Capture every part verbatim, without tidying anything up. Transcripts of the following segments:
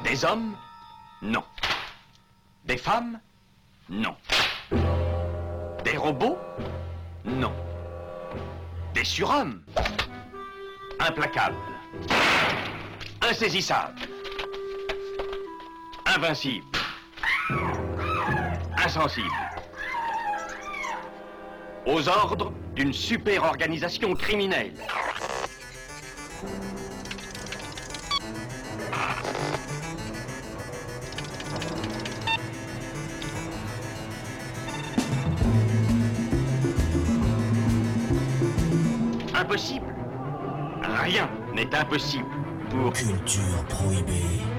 Des hommes? Non. Des femmes? Non. Des robots? Non. Des surhommes? Implacables. Insaisissables. Invincibles. Insensibles. Aux ordres d'une super organisation criminelle. Impossible. Rien n'est impossible pour... Culture Prohibée.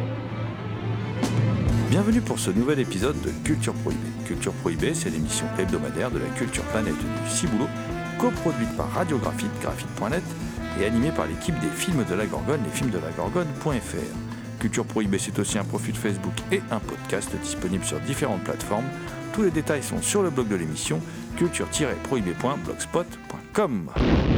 Bienvenue pour ce nouvel épisode de Culture Prohibée. Culture Prohibée, c'est l'émission hebdomadaire de la culture planète du Ciboulot, coproduite par Radiographite, graphite point net et animée par l'équipe des films de la Gorgone, les films de la Gorgone point f r. Culture Prohibée, c'est aussi un profil Facebook et un podcast disponible sur différentes plateformes. Tous les détails sont sur le blog de l'émission, culture tiret prohibée point blogspot point com.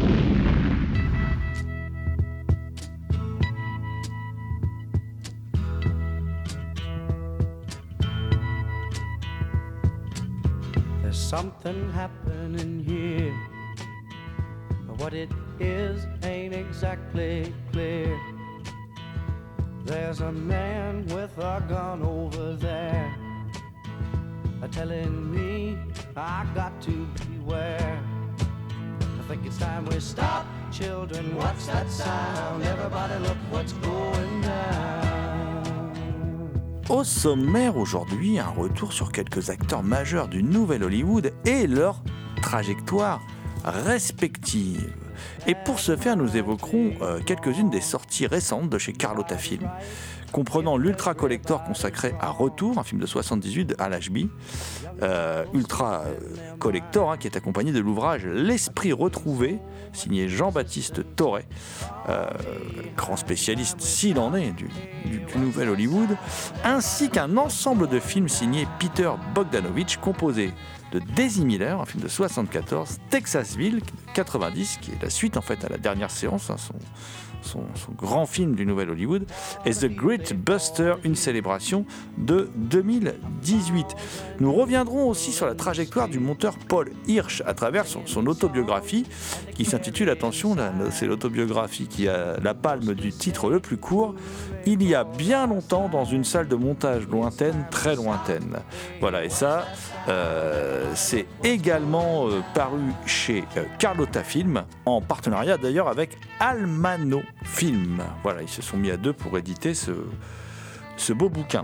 Something happening here. What it is ain't exactly clear. There's a man with a gun over there, telling me I got to beware. I think it's time we stop, children. What's that sound? Everybody look what's going down. Au sommaire aujourd'hui, un retour sur quelques acteurs majeurs du Nouvel Hollywood et leur trajectoire respective. Et pour ce faire, nous évoquerons euh, quelques-unes des sorties récentes de chez Carlotta Film, comprenant l'Ultra Collector consacré à Retour, un film de soixante-dix-huit de Al Ashby, euh, Ultra Collector hein, qui est accompagné de l'ouvrage L'Esprit retrouvé, signé Jean-Baptiste Toré, euh, grand spécialiste s'il en est du, du, du Nouvel Hollywood, ainsi qu'un ensemble de films signés Peter Bogdanovich, composé de Daisy Miller, un film de soixante-quatorze, Texasville quatre-vingt-dix, qui est la suite en fait à la dernière séance, hein, son, son, son grand film du Nouvel Hollywood, et The Great Buster, une célébration de deux mille dix-huit. Nous reviendrons aussi sur la trajectoire du monteur Paul Hirsch à travers son, son autobiographie qui s'intitule, attention, là, c'est l'autobiographie qui a la palme du titre le plus court, Il y a bien longtemps dans une salle de montage lointaine, très lointaine. Voilà, et ça, euh, c'est également euh, paru chez euh, Carlotta Film, en partenariat d'ailleurs avec Almano Film. Voilà, ils se sont mis à deux pour éditer ce, ce beau bouquin.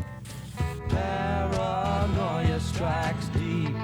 Paranoia strikes deep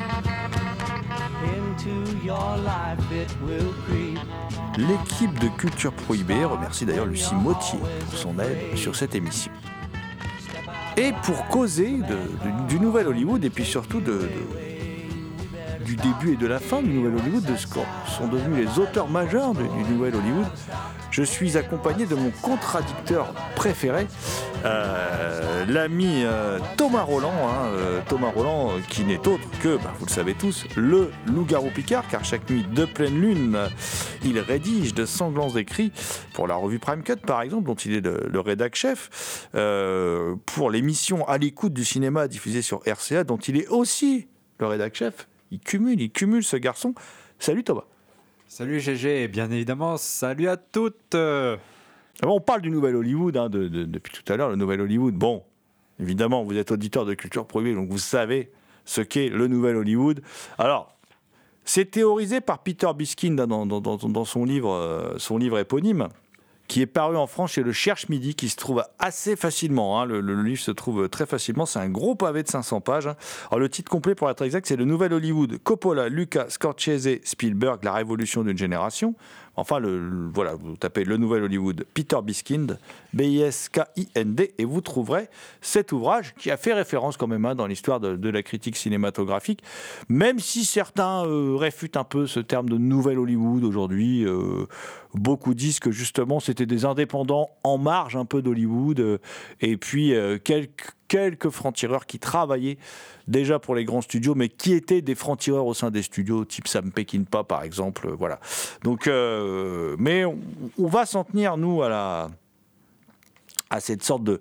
into your life, it will creep. L'équipe de Culture Prohibée remercie d'ailleurs Lucie Mottier pour son aide sur cette émission. Et pour causer de, de, du Nouvel Hollywood et puis surtout de, de, du début et de la fin du Nouvel Hollywood, de ce que sont devenus les auteurs majeurs du, du Nouvel Hollywood, je suis accompagné de mon contradicteur préféré, euh, l'ami euh, Thomas Roland, hein, euh, Thomas Roland euh, qui n'est autre que, bah, vous le savez tous, le loup-garou Picard, car chaque nuit de pleine lune, euh, il rédige de sanglants écrits pour la revue Prime Cut, par exemple, dont il est le, le rédac-chef, euh, pour l'émission À l'écoute du cinéma diffusée sur R C A, dont il est aussi le rédac-chef. Il cumule, il cumule ce garçon. Salut Thomas. Salut G G, et bien évidemment, salut à toutes. Alors on parle du Nouvel Hollywood hein, de, de, depuis tout à l'heure, le Nouvel Hollywood. Bon, évidemment, vous êtes auditeur de Culture Prohibée, donc vous savez ce qu'est le Nouvel Hollywood. Alors, c'est théorisé par Peter Biskind dans, dans, dans, dans son, livre, euh, son livre éponyme, qui est paru en France chez le Cherche Midi, qui se trouve assez facilement. Hein. Le, le livre se trouve très facilement. C'est un gros pavé de cinq cents pages. Hein. Alors, le titre complet, pour être exact, c'est Le Nouvel Hollywood, Coppola, Lucas, Scorsese, Spielberg, la révolution d'une génération. Enfin, le, le, voilà, vous tapez Le Nouvel Hollywood, Peter Biskind, B I S K I N D, et vous trouverez cet ouvrage qui a fait référence quand même hein, dans l'histoire de, de la critique cinématographique, même si certains euh, réfutent un peu ce terme de Nouvel Hollywood aujourd'hui. Euh, beaucoup disent que justement c'était des indépendants en marge un peu d'Hollywood, euh, et puis euh, quelques quelques francs-tireurs qui travaillaient déjà pour les grands studios, mais qui étaient des francs-tireurs au sein des studios, type Sam Peckinpah par exemple, voilà. Donc, euh, mais on, on va s'en tenir nous à la, à cette sorte de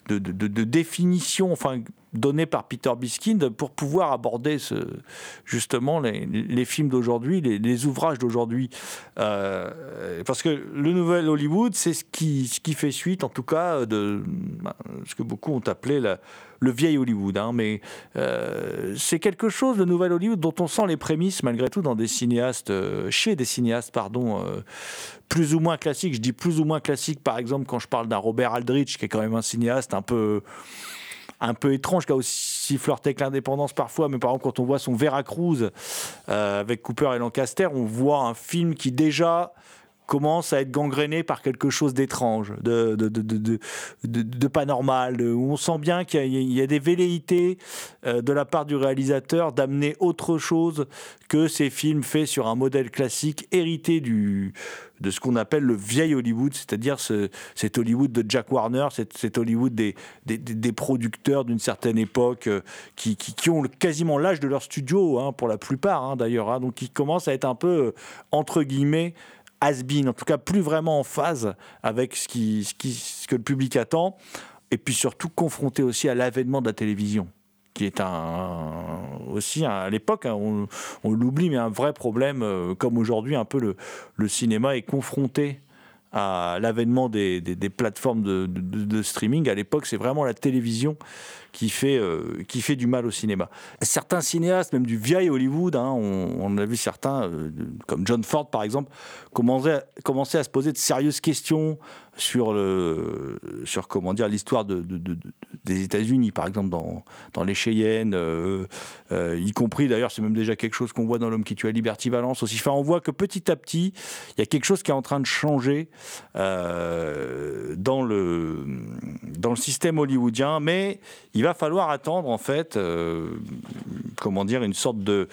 de, de, de, de définition, enfin, donnée par Peter Biskind pour pouvoir aborder ce, justement les, les films d'aujourd'hui, les, les ouvrages d'aujourd'hui. Euh, parce que le nouvel Hollywood, c'est ce qui, ce qui fait suite, en tout cas, de ben, ce que beaucoup ont appelé la, le vieil Hollywood. Hein, mais euh, c'est quelque chose, le nouvel Hollywood, dont on sent les prémices, malgré tout, dans des cinéastes, euh, chez des cinéastes, pardon, euh, plus ou moins classiques. Je dis plus ou moins classiques, par exemple, quand je parle d'un Robert Aldrich, qui est quand même un cinéaste un peu... un peu étrange, qui a aussi flirté avec l'indépendance parfois, mais par exemple quand on voit son Veracruz euh, avec Cooper et Lancaster, on voit un film qui déjà commence à être gangréné par quelque chose d'étrange, de, de, de, de, de, de, de pas normal, de, où on sent bien qu'il y a, il y a des velléités euh, de la part du réalisateur d'amener autre chose que ces films faits sur un modèle classique hérité du, de ce qu'on appelle le vieil Hollywood, c'est-à-dire ce, cet Hollywood de Jack Warner, cet, cet Hollywood des, des, des producteurs d'une certaine époque euh, qui, qui, qui ont quasiment l'âge de leur studio, hein, pour la plupart hein, d'ailleurs, hein, donc qui commencent à être un peu, euh, entre guillemets, has-been, en tout cas plus vraiment en phase avec ce, qui, ce, qui, ce que le public attend, et puis surtout confronté aussi à l'avènement de la télévision, qui est un, aussi un, à l'époque, hein, on, on l'oublie, mais un vrai problème, euh, comme aujourd'hui un peu le, le cinéma est confronté à l'avènement des, des, des plateformes de, de, de streaming. À l'époque, c'est vraiment la télévision qui fait, euh, qui fait du mal au cinéma. Certains cinéastes, même du vieil Hollywood, hein, on, on a vu certains, euh, comme John Ford par exemple, commençaient à, commençaient à se poser de sérieuses questions sur, le, sur comment dire, l'histoire de, de, de, de, des États-Unis, par exemple, dans, dans Les Cheyennes, euh, euh, y compris, d'ailleurs, c'est même déjà quelque chose qu'on voit dans L'Homme qui tua Liberty Valance aussi. Enfin, on voit que petit à petit, il y a quelque chose qui est en train de changer euh, dans, le, dans le système hollywoodien, mais il va falloir attendre, en fait, euh, comment dire, une sorte de...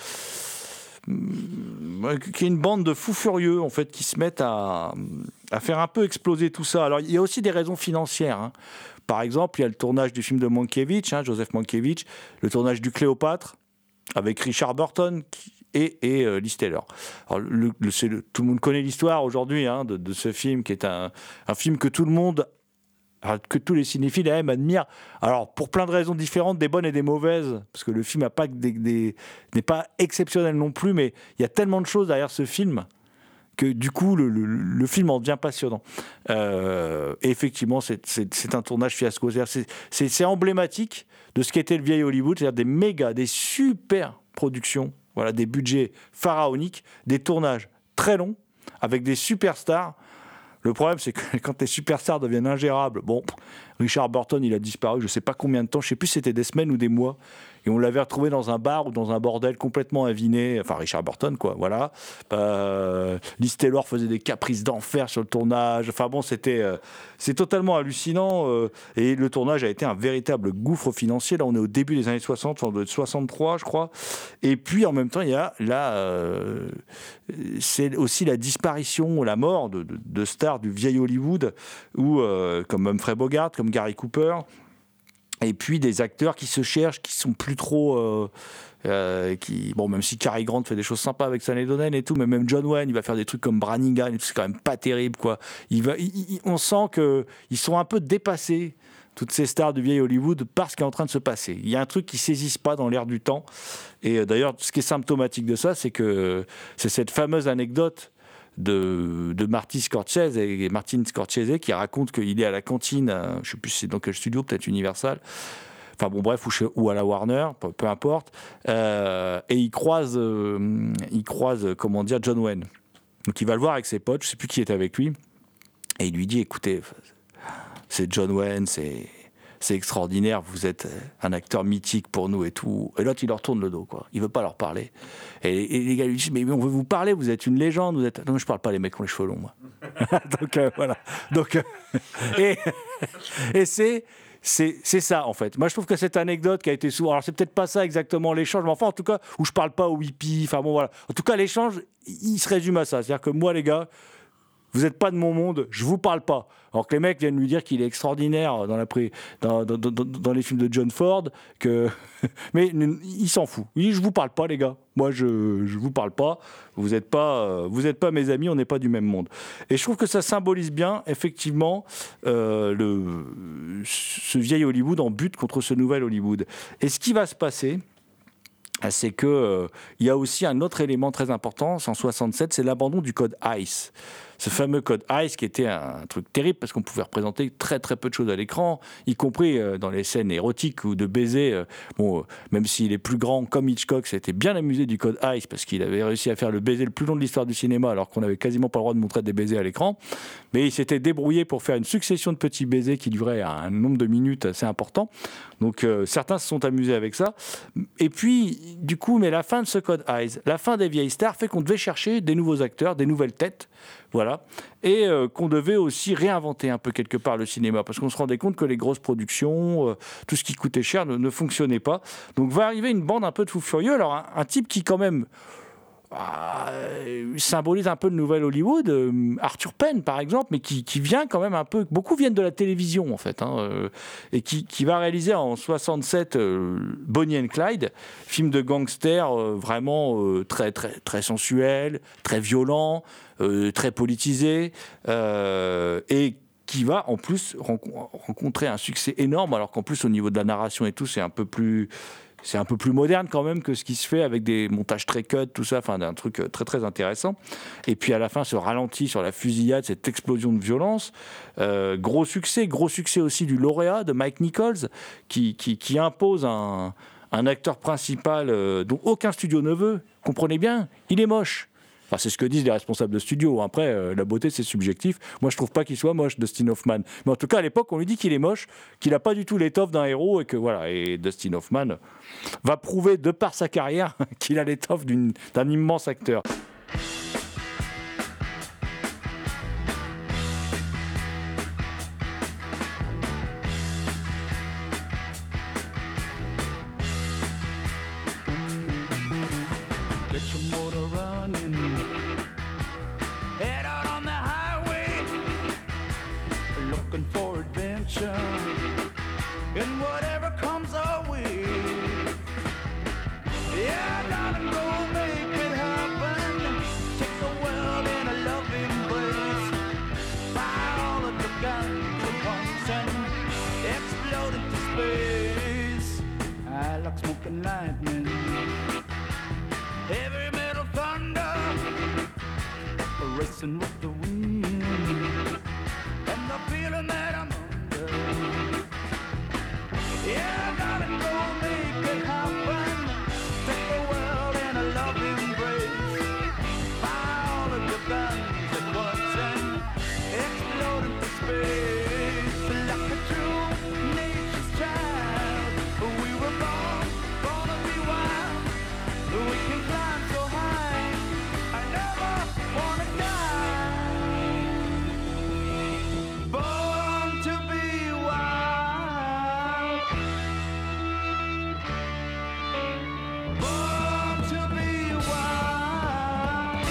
qui est une bande de fous furieux, en fait, qui se mettent à, à faire un peu exploser tout ça. Alors, il y a aussi des raisons financières, hein. Par exemple, il y a le tournage du film de Mankiewicz, hein, Joseph Mankiewicz, le tournage du Cléopâtre, avec Richard Burton qui, et, et euh, Liz Taylor. Alors, le, le, c'est le, tout le monde connaît l'histoire aujourd'hui hein, de, de ce film, qui est un, un film que tout le monde... que tous les cinéphiles aiment, admirent. Alors, pour plein de raisons différentes, des bonnes et des mauvaises, parce que le film n'a pas des, des, n'est pas exceptionnel non plus, mais il y a tellement de choses derrière ce film que du coup, le, le, le film en devient passionnant. Euh, et effectivement, c'est, c'est, c'est un tournage fiasco. C'est, c'est, c'est emblématique de ce qu'était le vieil Hollywood, c'est-à-dire des méga, des super productions, voilà, des budgets pharaoniques, des tournages très longs, avec des superstars. Le problème, c'est que quand les superstars deviennent ingérables, bon, Richard Burton, il a disparu, je ne sais pas combien de temps, je ne sais plus si c'était des semaines ou des mois, et on l'avait retrouvé dans un bar ou dans un bordel complètement aviné, enfin Richard Burton, quoi, voilà. Euh, Liz Taylor faisait des caprices d'enfer sur le tournage, enfin bon, c'était, euh, c'est totalement hallucinant, euh, et le tournage a été un véritable gouffre financier. Là, on est au début des années soixante, on doit être soixante-trois, je crois, et puis en même temps, il y a là, euh, c'est aussi la disparition ou la mort de, de, de stars du vieil Hollywood, où, euh, comme Humphrey Bogart, comme Gary Cooper, et puis des acteurs qui se cherchent, qui sont plus trop... Euh, euh, qui, bon, même si Cary Grant fait des choses sympas avec Stanley Donen et tout, mais même John Wayne, il va faire des trucs comme Brannigan, c'est quand même pas terrible, quoi. Il va, il, il, on sent qu'ils sont un peu dépassés, toutes ces stars du vieil Hollywood, par ce qui est en train de se passer. Il y a un truc qui ne saisisse pas dans l'air du temps. Et d'ailleurs, ce qui est symptomatique de ça, c'est que c'est cette fameuse anecdote de, de Marty Scorsese et Martin Scorsese qui raconte qu'il est à la cantine, à, je ne sais plus si c'est dans quel studio, peut-être Universal, enfin bon bref, ou, chez, ou à la Warner, peu, peu importe, euh, et il croise, euh, il croise, comment dire, John Wayne. Donc il va le voir avec ses potes, je ne sais plus qui est avec lui, et il lui dit, écoutez, c'est John Wayne, c'est... c'est extraordinaire, vous êtes un acteur mythique pour nous et tout. Et l'autre, il leur tourne le dos, quoi. Il veut pas leur parler. Et, et les gars lui disent, mais on veut vous parler, vous êtes une légende, vous êtes... Non, je parle pas, les mecs qui ont les cheveux longs, moi. Donc, euh, voilà. Donc, euh, et, et c'est, c'est, c'est ça, en fait. Moi, je trouve que cette anecdote qui a été souvent... Alors, c'est peut-être pas ça exactement l'échange, mais enfin, en tout cas, où je parle pas au hippie, enfin bon, voilà. En tout cas, l'échange, il se résume à ça. C'est-à-dire que moi, les gars... vous n'êtes pas de mon monde, je vous parle pas. Alors que les mecs viennent lui dire qu'il est extraordinaire dans, la pré... dans, dans, dans, dans les films de John Ford, que... mais il s'en fout. Il dit, je vous parle pas, les gars. Moi, je ne vous parle pas. Vous n'êtes pas, vous êtes pas mes amis, on n'est pas du même monde. Et je trouve que ça symbolise bien, effectivement, euh, le... ce vieil Hollywood en butte contre ce nouvel Hollywood. Et ce qui va se passer, c'est qu'il euh, y a aussi un autre élément très important, en soixante-sept, c'est l'abandon du code ICE. Ce fameux code ICE qui était un truc terrible parce qu'on pouvait représenter très très peu de choses à l'écran, y compris euh, dans les scènes érotiques ou de baisers. Euh, bon, euh, même s'il est plus grand comme Hitchcock, s'était bien amusé du code ICE parce qu'il avait réussi à faire le baiser le plus long de l'histoire du cinéma alors qu'on n'avait quasiment pas le droit de montrer des baisers à l'écran. Mais il s'était débrouillé pour faire une succession de petits baisers qui duraient un nombre de minutes assez important. Donc euh, certains se sont amusés avec ça. Et puis, du coup, mais la fin de ce code ICE, la fin des vieilles stars fait qu'on devait chercher des nouveaux acteurs, des nouvelles têtes. Voilà. Et euh, qu'on devait aussi réinventer un peu quelque part le cinéma, parce qu'on se rendait compte que les grosses productions, euh, tout ce qui coûtait cher ne, ne fonctionnait pas. Donc va arriver une bande un peu de fous furieux. Alors un, un type qui quand même euh, symbolise un peu le nouvel Hollywood, euh, Arthur Penn par exemple, mais qui, qui vient quand même un peu, beaucoup viennent de la télévision en fait, hein, euh, et qui, qui va réaliser en soixante-sept euh, Bonnie and Clyde, film de gangster euh, vraiment euh, très, très, très sensuel, très violent, euh, très politisé, euh, et qui va en plus rencontrer un succès énorme, alors qu'en plus au niveau de la narration et tout, c'est un peu plus... C'est un peu plus moderne quand même que ce qui se fait avec des montages très cut, tout ça, enfin un truc très très intéressant. Et puis à la fin, ce ralenti sur la fusillade, cette explosion de violence, euh, gros succès, gros succès aussi du lauréat de Mike Nichols, qui, qui, qui impose un, un acteur principal euh, dont aucun studio ne veut. Comprenez bien, il est moche. Enfin, c'est ce que disent les responsables de studio. Après, euh, la beauté, c'est subjectif. Moi, je trouve pas qu'il soit moche, Dustin Hoffman. Mais en tout cas, à l'époque, on lui dit qu'il est moche, qu'il n'a pas du tout l'étoffe d'un héros, et que voilà. Et Dustin Hoffman va prouver, de par sa carrière, qu'il a l'étoffe d'une, d'un immense acteur. Lightning, heavy metal thunder, racing with the wind, and the feeling that I'm under. Yeah, darling, go make it happen. Take the world in a loving embrace. Fire all of your guns at once and explode into space like a true nature's child. We were born. We can climb so high, I never wanna die. Born to be wild, born to be wild.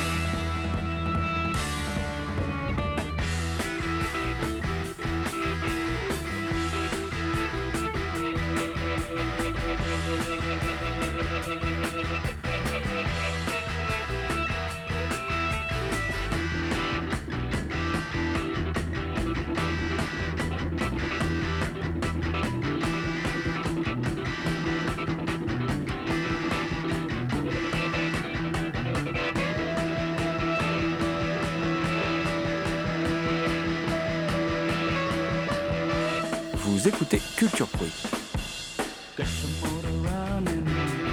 Vous écoutez Culture Prohibée. Get some motor running,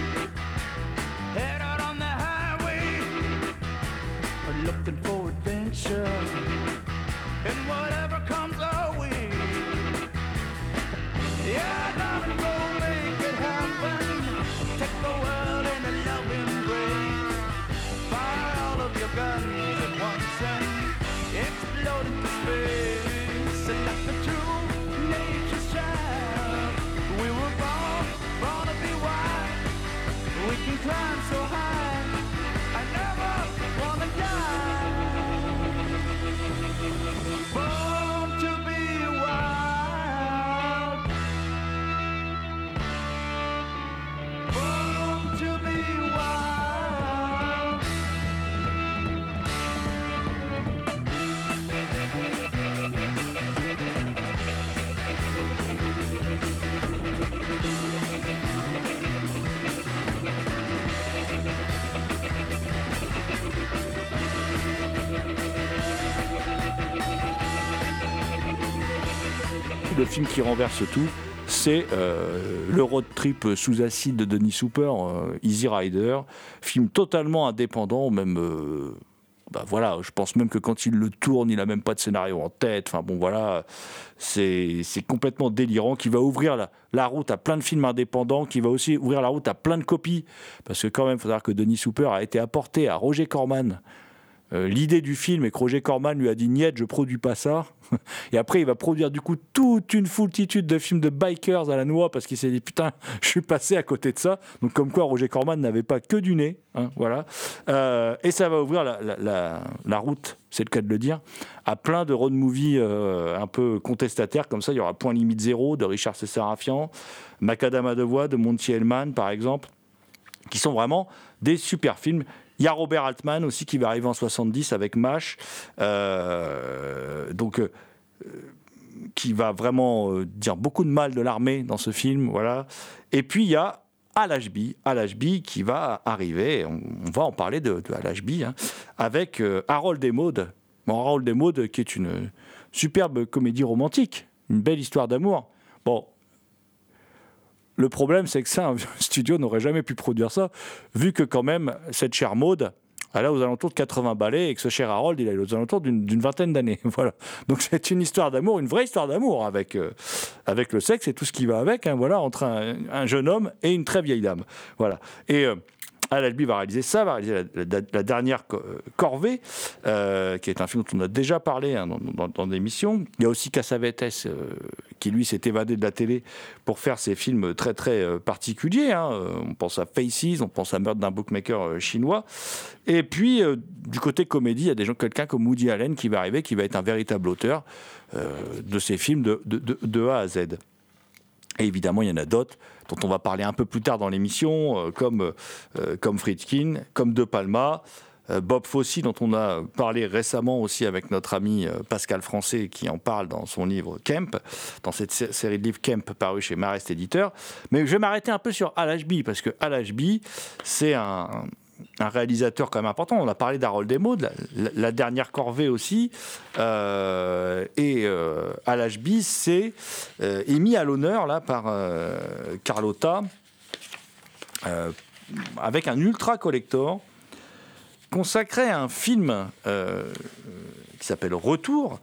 head out on the highway, looking for adventure, and whatever comes our way. Yeah, darling, go make it happen. Take the world in a loving embrace. Fire all of your guns at once and explode into space. And like the true nature's child, we were born, born puis le film qui renverse tout, c'est euh, le road trip sous acide de Dennis Hooper, euh, Easy Rider, film totalement indépendant, même... Euh, bah voilà, je pense même que quand il le tourne, il n'a même pas de scénario en tête. Enfin bon, voilà, c'est, c'est complètement délirant, qui va ouvrir la, la route à plein de films indépendants, qui va aussi ouvrir la route à plein de copies. Parce que quand même, il faut savoir que Dennis Hooper a été apporté à Roger Corman euh, l'idée du film, et que Roger Corman lui a dit « Niet, je produis pas ça ». Et après, il va produire du coup toute une foultitude de films de bikers à la noix, parce qu'il s'est dit « Putain, je suis passé à côté de ça ». Donc comme quoi, Roger Corman n'avait pas que du nez. Hein, voilà. Euh, et ça va ouvrir la, la, la, la route, c'est le cas de le dire, à plein de road movies euh, un peu contestataires. Comme ça, il y aura Point Limite Zéro de Richard C. Sarafian, Macadam à deux voix de Monty Hellman, par exemple, qui sont vraiment des super films. Il y a Robert Altman aussi qui va arriver en soixante-dix avec MASH, euh, donc euh, qui va vraiment euh, dire beaucoup de mal de l'armée dans ce film, voilà. Et puis il y a Al Ashby, Al Ashby qui va arriver, on, on va en parler de, de Al Ashby, hein, avec euh, Harold et Maude. Bon, Harold et Maude qui est une superbe comédie romantique, une belle histoire d'amour. Bon. Le problème, c'est que ça, un studio n'aurait jamais pu produire ça, vu que quand même, cette chère Maude, elle a aux alentours de quatre-vingts balais, et que ce cher Harold, il a aux alentours d'une, d'une vingtaine d'années. Voilà. Donc c'est une histoire d'amour, une vraie histoire d'amour, avec, euh, avec le sexe et tout ce qui va avec, hein, voilà, entre un, un jeune homme et une très vieille dame. Voilà. Et... Euh, Al Ashby va réaliser ça, va réaliser la, la, la dernière corvée, euh, qui est un film dont on a déjà parlé hein, dans, dans, dans l'émission. Il y a aussi Cassavetes, euh, qui lui s'est évadé de la télé pour faire ses films très très euh, particuliers. Hein. On pense à Faces, on pense à Meurtre d'un bookmaker euh, chinois. Et puis, euh, du côté comédie, il y a des gens, quelqu'un comme Woody Allen qui va arriver, qui va être un véritable auteur euh, de ces films de, de, de, de A à Z. Et évidemment, il y en a d'autres dont on va parler un peu plus tard dans l'émission, euh, comme, euh, comme Friedkin, comme De Palma, euh, Bob Fosse, dont on a parlé récemment aussi avec notre ami euh, Pascal Français, qui en parle dans son livre Kemp, dans cette sé- série de livres Kemp paru chez Marest Éditeur. Mais je vais m'arrêter un peu sur Al Ashby, parce que Al Ashby, c'est un... un réalisateur quand même important. On a parlé d'Harold et Maude, la, la, la dernière corvée aussi. Euh, et euh, Al Ashby c'est, euh, est mis à l'honneur là, par euh, Carlotta euh, avec un ultra collector consacré à un film euh, qui s'appelle Retour,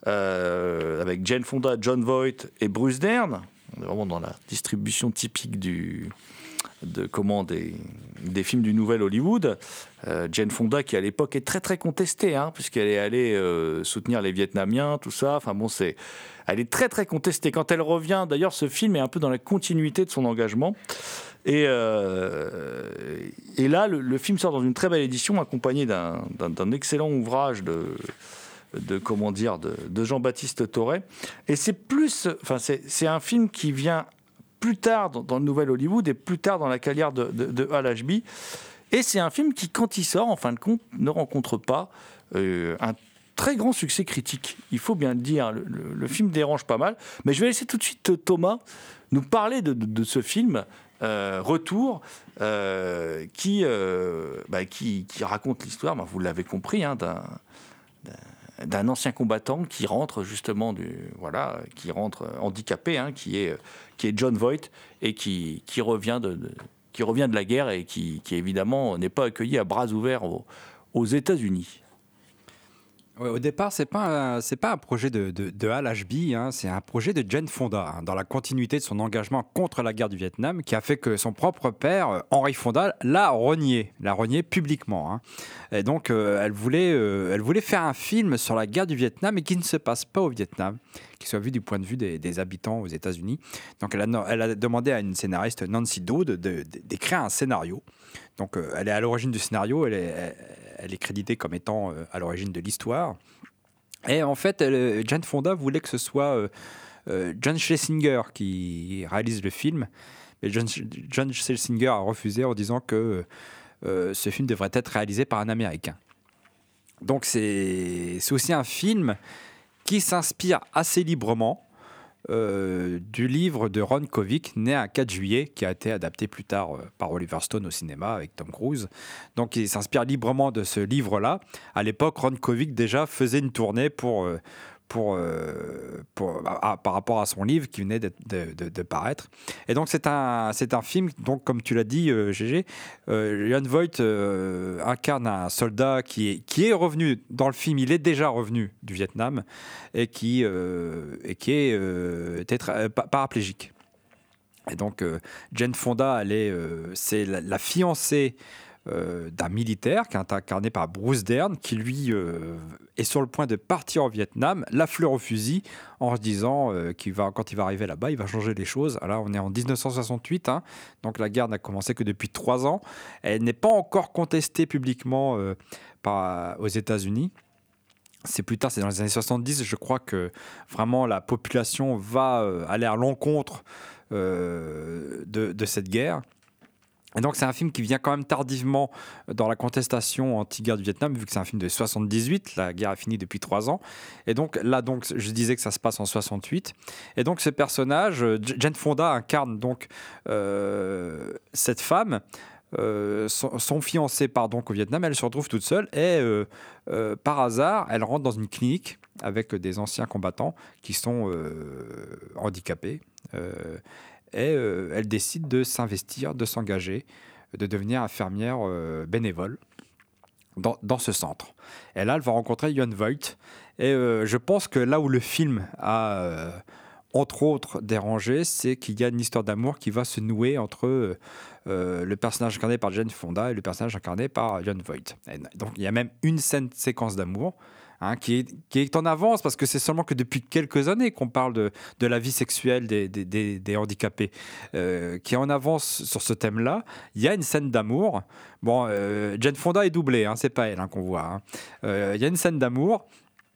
euh, avec Jane Fonda, John Voight et Bruce Dern. On est vraiment dans la distribution typique du... de comment des, des films du nouvel Hollywood. Euh, Jane Fonda qui à l'époque est très très contestée, hein, puisqu'elle est allée euh, soutenir les Vietnamiens, tout ça. Enfin bon, c'est, elle est très très contestée. Quand elle revient, d'ailleurs, ce film est un peu dans la continuité de son engagement. Et, euh, et là, le, le film sort dans une très belle édition, accompagné d'un, d'un, d'un excellent ouvrage de de comment dire de, de Jean-Baptiste Thoré. Et c'est plus, enfin c'est, c'est un film qui vient plus tard dans, dans le nouvel Hollywood et plus tard dans la carrière de, de, de Al Ashby. Et c'est un film qui, quand il sort, en fin de compte, ne rencontre pas euh, un très grand succès critique. Il faut bien le dire, le, le, le film dérange pas mal. Mais je vais laisser tout de suite Thomas nous parler de, de, de ce film euh, Retour, euh, qui, euh, bah, qui, qui raconte l'histoire, bah, vous l'avez compris, hein, d'un, d'un, d'un ancien combattant qui rentre justement du, voilà, qui rentre handicapé, hein, qui est qui est John Voight et qui, qui, revient de, de, qui revient de la guerre et qui, qui évidemment n'est pas accueilli à bras ouverts aux, aux États-Unis. Ouais, au départ, c'est pas un, c'est pas un projet de, de, de Al Ashby, hein, c'est un projet de Jane Fonda, hein, dans la continuité de son engagement contre la guerre du Vietnam, qui a fait que son propre père, Henry Fonda, l'a renié, l'a renié publiquement. Hein. Et donc, euh, elle voulait, euh, elle voulait faire un film sur la guerre du Vietnam, mais qui ne se passe pas au Vietnam, qui soit vu du point de vue des, des habitants aux États-Unis. Donc, elle a, elle a demandé à une scénariste, Nancy Dodd, de, de, d'écrire un scénario. Donc, euh, elle est à l'origine du scénario, elle est, elle, elle est créditée comme étant euh, à l'origine de l'histoire. Et en fait, elle, Jane Fonda voulait que ce soit euh, euh, John Schlesinger qui réalise le film. Mais John, John Schlesinger a refusé en disant que euh, ce film devrait être réalisé par un Américain. Donc, c'est, c'est aussi un film qui s'inspire assez librement Euh, du livre de Ron Kovic, né un quatre juillet, qui a été adapté plus tard euh, par Oliver Stone au cinéma avec Tom Cruise. Donc il s'inspire librement de ce livre-là. À l'époque, Ron Kovic déjà faisait une tournée pour, euh, pour, euh, pour, à- à- par rapport à son livre qui venait de, de- de- de paraître. Et donc c'est un, c'est un film, donc, comme tu l'as dit, euh, G G, euh, Jon Voight euh, incarne un soldat qui est, qui est revenu, dans le film, il est déjà revenu du Vietnam, et qui, euh, et qui est euh, tétra- pa- paraplégique. Et donc, euh, Jane Fonda, elle est, euh, c'est la, la fiancée euh, d'un militaire qui est incarné par Bruce Dern, qui lui euh, est sur le point de partir au Vietnam, la fleur au fusil, en se disant euh, qu'il va, quand il va arriver là-bas, il va changer les choses. Là, on est en dix-neuf cent soixante-huit, hein, donc la guerre n'a commencé que depuis trois ans. Elle n'est pas encore contestée publiquement euh, par, aux États-Unis. C'est plus tard, c'est dans les années soixante-dix, je crois que vraiment la population va euh, aller à l'encontre euh, de, de cette guerre. Et donc c'est un film qui vient quand même tardivement dans la contestation anti-guerre du Vietnam, vu que c'est un film de soixante-dix-huit, la guerre a fini depuis trois ans. Et donc là, donc, je disais que ça se passe en soixante-huit. Et donc ce personnage, euh, Jane Fonda incarne donc euh, cette femme. Euh, son, son fiancé part donc au Vietnam, elle se retrouve toute seule et euh, euh, par hasard, elle rentre dans une clinique avec des anciens combattants qui sont euh, handicapés. Euh, et euh, elle décide de s'investir, de s'engager, de devenir infirmière euh, bénévole dans, dans ce centre. Et là, elle va rencontrer Jon Voight. Et euh, je pense que là où le film a, euh, entre autres, dérangé, c'est qu'il y a une histoire d'amour qui va se nouer entre euh, le personnage incarné par Jane Fonda et le personnage incarné par Jon Voight. Et donc, il y a même une scène séquence d'amour. Hein, qui, est, qui est en avance parce que c'est seulement que depuis quelques années qu'on parle de, de la vie sexuelle des, des, des, des handicapés, euh, qui est en avance sur ce thème-là. Il y a une scène d'amour. Bon, euh, Jane Fonda est doublée, hein, c'est pas elle hein, qu'on voit. Hein. Euh, il y a une scène d'amour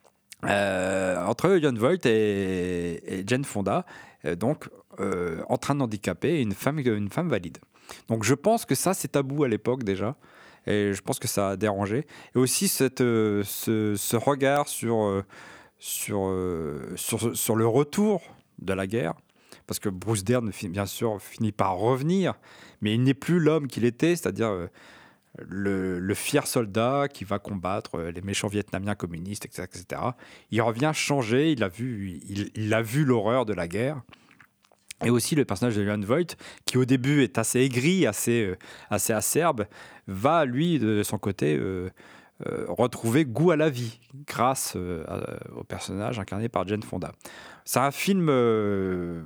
euh, entre Jon Voight et, et Jane Fonda, euh, donc euh, en train d'handicaper et une femme, une femme valide. Donc je pense que ça c'est tabou à l'époque déjà. Et je pense que ça a dérangé. Et aussi cette, euh, ce, ce regard sur, euh, sur, euh, sur, sur le retour de la guerre. Parce que Bruce Dern, bien sûr, finit par revenir, mais il n'est plus l'homme qu'il était, c'est-à-dire euh, le, le fier soldat qui va combattre euh, les méchants Vietnamiens communistes, et cetera, et cetera. Il revient changé, il a vu, il, il a vu l'horreur de la guerre. Et aussi le personnage de Jon Voight, qui au début est assez aigri, assez, euh, assez acerbe, va lui, de son côté, euh, euh, retrouver goût à la vie grâce euh, à, au personnage incarné par Jane Fonda. C'est un film, euh,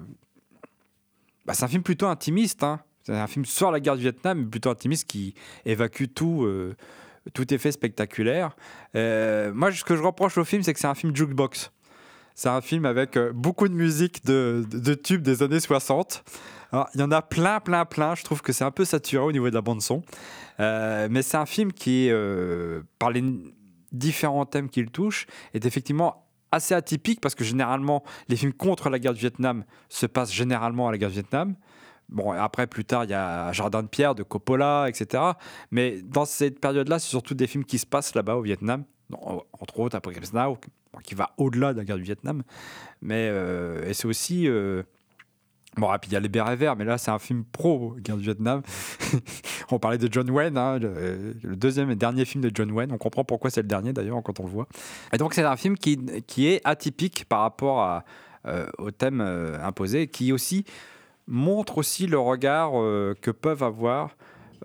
bah, c'est un film plutôt intimiste. Hein. C'est un film sur la guerre du Vietnam, mais plutôt intimiste qui évacue tout, euh, tout effet spectaculaire. Euh, moi, ce que je reproche au film, c'est que c'est un film jukebox. C'est un film avec beaucoup de musique de, de, de tubes des années soixante. Alors, il y en a plein, plein, plein. Je trouve que c'est un peu saturé au niveau de la bande-son. Euh, mais c'est un film qui, euh, par les différents thèmes qu'il touche, est effectivement assez atypique parce que généralement, les films contre la guerre du Vietnam se passent généralement à la guerre du Vietnam. Bon, après, plus tard, il y a Jardin de pierre de Coppola, et cetera. Mais dans cette période-là, c'est surtout des films qui se passent là-bas au Vietnam. Entre autres, Apocalypse Now, qui va au-delà de la guerre du Vietnam. Mais euh, et c'est aussi... Euh, bon, et puis il y a Les Bérets Verts, mais là, c'est un film pro-guerre du Vietnam. On parlait de John Wayne, hein, le, le deuxième et dernier film de John Wayne. On comprend pourquoi c'est le dernier, d'ailleurs, quand on le voit. Et donc, c'est un film qui, qui est atypique par rapport à, euh, au thème euh, imposé, qui aussi montre aussi le regard euh, que peuvent avoir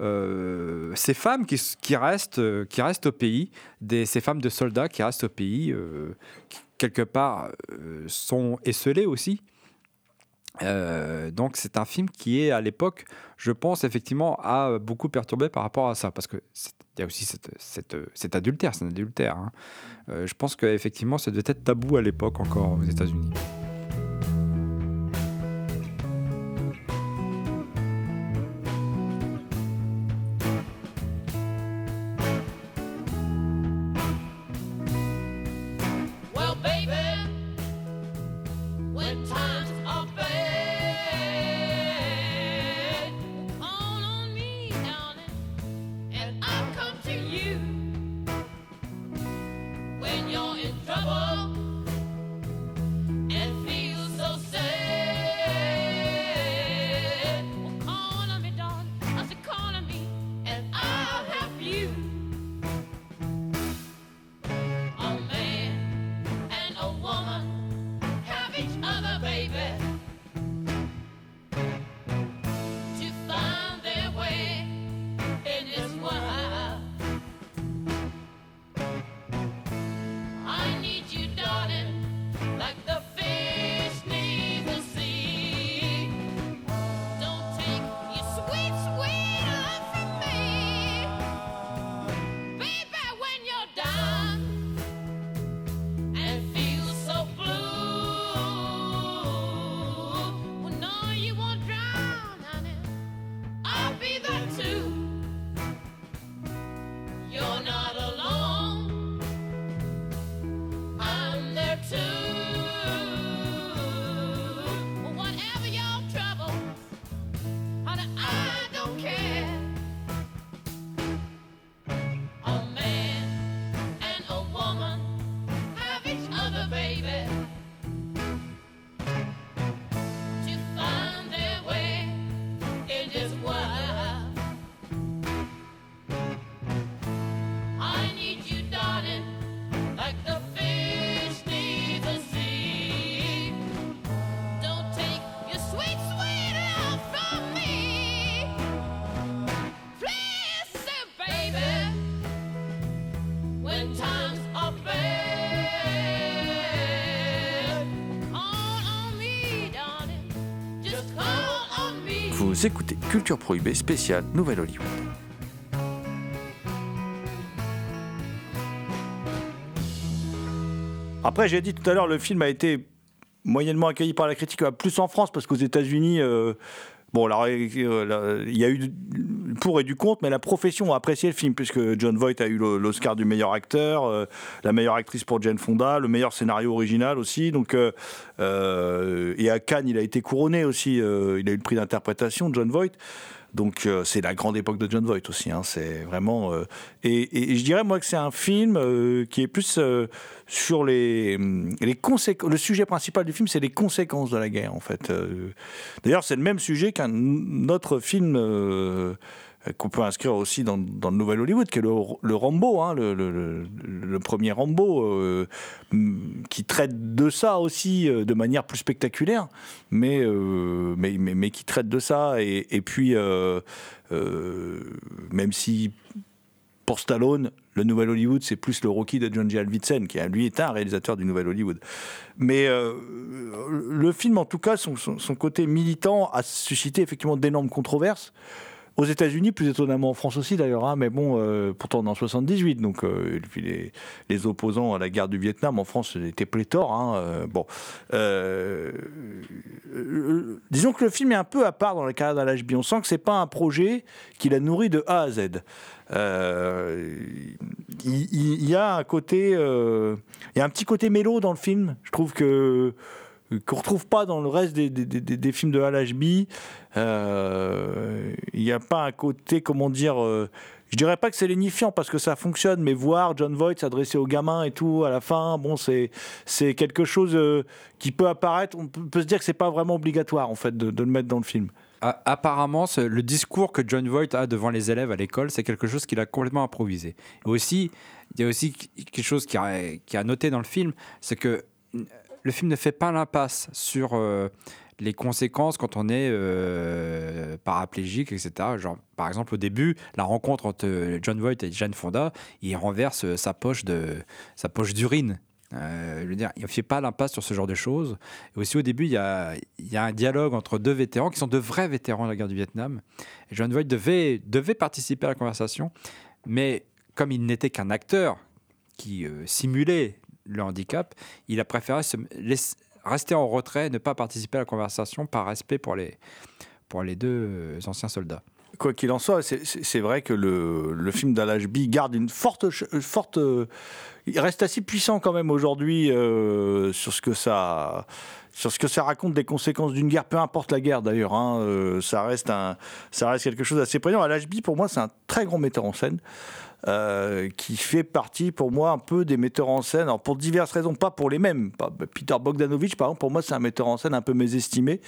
Euh, ces femmes qui, qui, restent, euh, qui restent au pays, des, ces femmes de soldats qui restent au pays, euh, qui, quelque part, euh, sont esselées aussi. Euh, donc c'est un film qui est, à l'époque, je pense, effectivement, a beaucoup perturbé par rapport à ça, parce qu'il y a aussi cette, cette, cet adultère, c'est un adultère. Hein. Euh, je pense qu'effectivement, ça devait être tabou à l'époque encore aux États-Unis. And Vous écoutez Culture Prohibée spéciale Nouvelle Hollywood. Après, j'ai dit tout à l'heure, le film a été moyennement accueilli par la critique, plus en France, parce qu'aux États-Unis, euh, bon, là, euh, il y a eu du pour et du contre, mais la profession a apprécié le film, puisque Jon Voight a eu l'Oscar du meilleur acteur, euh, la meilleure actrice pour Jane Fonda, le meilleur scénario original aussi. Donc, euh, euh, et à Cannes, il a été couronné aussi. Euh, il a eu le prix d'interprétation, Jon Voight. Donc euh, c'est la grande époque de Jon Voight aussi, hein, c'est vraiment... Euh, et, et, et je dirais moi que c'est un film euh, qui est plus euh, sur les, les conséquences... Le sujet principal du film, c'est les conséquences de la guerre, en fait. Euh, d'ailleurs, c'est le même sujet qu'un autre film... Euh, qu'on peut inscrire aussi dans, dans le Nouvel Hollywood, qui est le, le Rambo, hein, le, le, le, le premier Rambo, euh, qui traite de ça aussi euh, de manière plus spectaculaire, mais, euh, mais, mais, mais qui traite de ça. Et, et puis, euh, euh, même si pour Stallone, le Nouvel Hollywood, c'est plus le Rocky de John G. Avildsen, qui lui est un réalisateur du Nouvel Hollywood. Mais euh, le film, en tout cas, son, son, son côté militant a suscité effectivement d'énormes controverses. Aux États-Unis, plus étonnamment en France aussi d'ailleurs, hein, mais bon, euh, pourtant en soixante-dix-huit, donc euh, et puis les, les opposants à la guerre du Vietnam en France étaient pléthores. Hein, euh, bon, euh, euh, disons que le film est un peu à part dans la carrière d'Al Ashby. On sent que c'est pas un projet qu'il a nourri de A à Z. Euh, il, il y a un côté, euh, il y a un petit côté mélo dans le film. Je trouve que qu'on ne retrouve pas dans le reste des, des, des, des films de Al Ashby. Euh, il n'y a pas un côté, comment dire... Euh, je dirais pas que c'est lénifiant parce que ça fonctionne, mais voir Jon Voight s'adresser aux gamins et tout à la fin, bon, c'est, c'est quelque chose euh, qui peut apparaître... On peut, peut se dire que c'est pas vraiment obligatoire, en fait, de, de le mettre dans le film. Apparemment, le discours que Jon Voight a devant les élèves à l'école, c'est quelque chose qu'il a complètement improvisé. Et aussi, il y a aussi quelque chose qui a, qui a noté dans le film, c'est que le film ne fait pas l'impasse sur euh, les conséquences quand on est euh, paraplégique, et cetera. Genre, par exemple, au début, la rencontre entre Jon Voight et Jane Fonda, il renverse sa poche, de, sa poche d'urine. Euh, je veux dire, il ne fait pas l'impasse sur ce genre de choses. Et aussi, au début, il y a, il y a un dialogue entre deux vétérans qui sont de vrais vétérans de la guerre du Vietnam. Et Jon Voight devait, devait participer à la conversation, mais comme il n'était qu'un acteur qui euh, simulait le handicap, il a préféré se laisser, rester en retrait et ne pas participer à la conversation par respect pour les, pour les deux anciens soldats. Quoi qu'il en soit, c'est, c'est, c'est vrai que le, le film d'Al Ashby garde une forte... forte euh, il reste assez puissant quand même aujourd'hui euh, sur ce que ça... sur ce que ça raconte des conséquences d'une guerre, peu importe la guerre d'ailleurs, hein, euh, ça, reste un, ça reste quelque chose d'assez prégnant. Al Ashby, pour moi, c'est un très grand metteur en scène. Euh, qui fait partie pour moi un peu des metteurs en scène, alors pour diverses raisons, pas pour les mêmes. Pas, Peter Bogdanovich, par exemple, pour moi c'est un metteur en scène un peu mésestimé.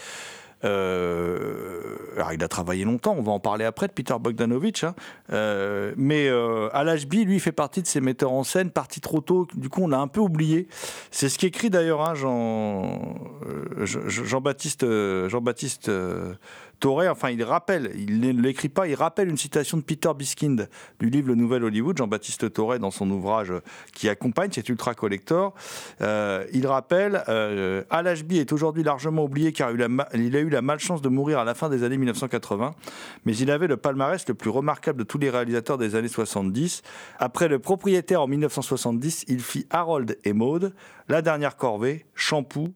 Euh, alors il a travaillé longtemps, on va en parler après de Peter Bogdanovich, hein. euh, mais euh, Al Ashby, lui, fait partie de ces metteurs en scène, parti trop tôt, du coup on l'a un peu oublié. C'est ce qu'écrit d'ailleurs hein, Jean, euh, Jean-Baptiste, Jean-Baptiste euh, Toré, enfin il rappelle, il ne l'écrit pas, il rappelle une citation de Peter Biskind du livre Le Nouvel Hollywood, Jean-Baptiste Toré dans son ouvrage qui accompagne cet Ultra Collector. Euh, il rappelle, euh, Al Ashby est aujourd'hui largement oublié car il a, il a eu la malchance de mourir à la fin des années mille neuf cent quatre-vingts, mais il avait le palmarès le plus remarquable de tous les réalisateurs des années soixante-dix. Après Le Propriétaire en mille neuf cent soixante-dix, il fit Harold et Maude, La Dernière Corvée, Shampoo,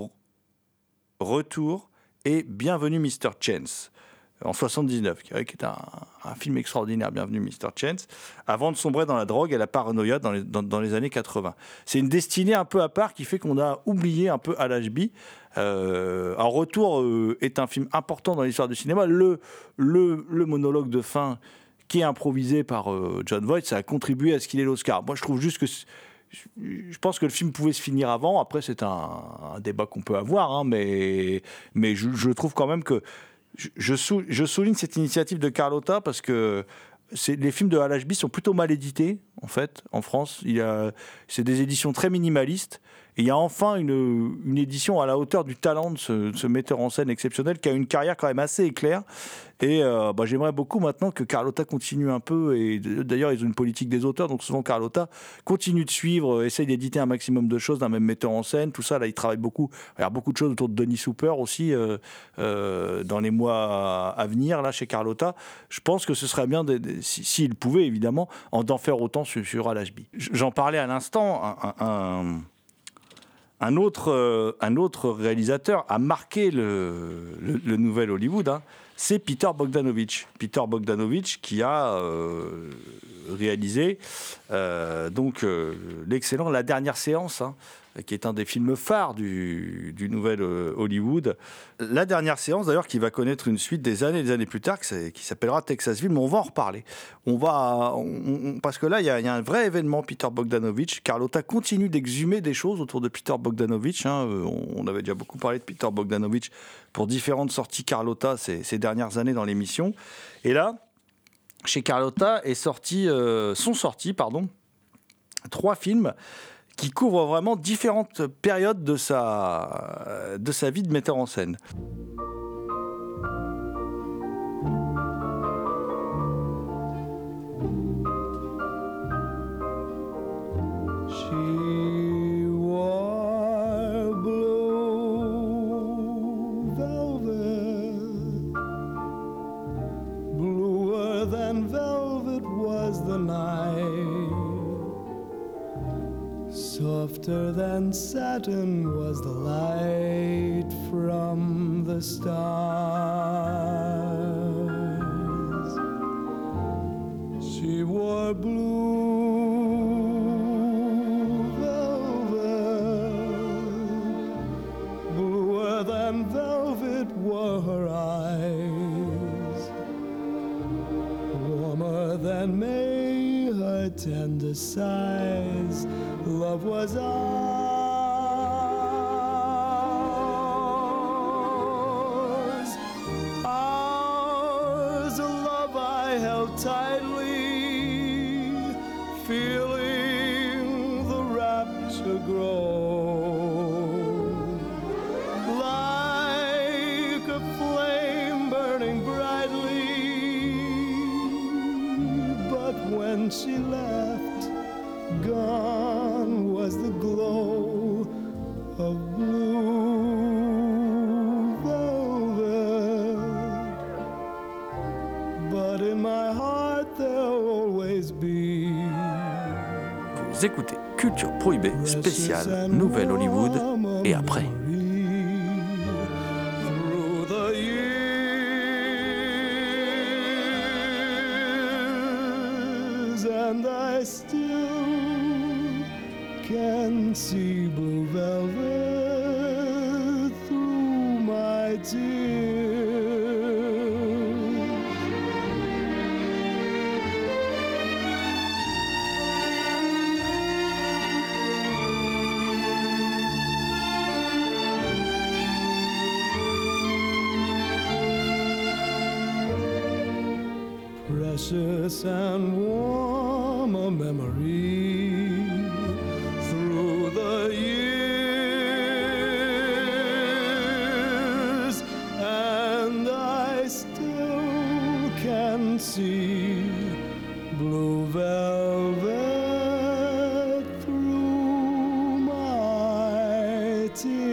Retour et Bienvenue Mister Chance en soixante-dix-neuf, qui est un, un film extraordinaire, Bienvenue Mister Chance, avant de sombrer dans la drogue et la paranoïa dans les, dans, dans les années quatre-vingts. C'est une destinée un peu à part qui fait qu'on a oublié un peu Al Ashby. Euh, un Retour euh, est un film important dans l'histoire du cinéma. Le, le, le monologue de fin qui est improvisé par euh, Jon Voight, ça a contribué à ce qu'il ait l'Oscar. Moi, je trouve juste que... Je pense que le film pouvait se finir avant. Après, c'est un, un débat qu'on peut avoir, hein, mais, mais je, je trouve quand même que je, je, sou, je souligne cette initiative de Carlotta parce que c'est, les films de Al Ashby sont plutôt mal édités, en fait, en France. Il y a, c'est des éditions très minimalistes Et il y a enfin une, une édition à la hauteur du talent de ce, de ce metteur en scène exceptionnel qui a une carrière quand même assez éclair. Et euh, bah, j'aimerais beaucoup maintenant que Carlotta continue un peu, et d'ailleurs ils ont une politique des auteurs, donc souvent Carlotta continue de suivre, euh, essaye d'éditer un maximum de choses d'un même metteur en scène, tout ça, là il travaille beaucoup, il y a beaucoup de choses autour de Denis Souper aussi, euh, euh, dans les mois à venir, là chez Carlotta. Je pense que ce serait bien, de, de, si, s'il pouvait évidemment, en, d'en faire autant sur, sur Al Ashby. J'en parlais à l'instant, un... un, un Un autre, euh, un autre réalisateur a marqué le, le, le nouvel Hollywood, hein, c'est Peter Bogdanovich. Peter Bogdanovich qui a euh, réalisé euh, donc, euh, l'excellent La Dernière Séance, hein, qui est un des films phares du, du nouvel euh, Hollywood. La Dernière Séance, d'ailleurs, qui va connaître une suite des années et des années plus tard, qui s'appellera Texasville, mais on va en reparler. On va, on, on, parce que là, il y, y a un vrai événement, Peter Bogdanovich. Carlotta continue d'exhumer des choses autour de Peter Bogdanovich. Hein. On, on avait déjà beaucoup parlé de Peter Bogdanovich pour différentes sorties Carlotta ces, ces dernières années dans l'émission. Et là, chez Carlotta est sorti, euh, sont sortis pardon, trois films qui couvre vraiment différentes périodes de sa, de sa vie de metteur en scène. She wore blue velvet, bluer than velvet was the night. Softer than satin was the light from the stars. She wore blue velvet, bluer than velvet were her eyes, warmer than May her tender sighs. Love was ours, ours, a love I held tightly, feeling the rapture grow, like a flame burning brightly, but when she left, gone was the glow of blue velvet, but in my heart there'll always be. Vous écoutez Culture Prohibée spéciale Nouvelle Hollywood, et après Through the years, and I still can see blue velvet through my tears. Precious and warm a memory through the years, and I still can see blue velvet through my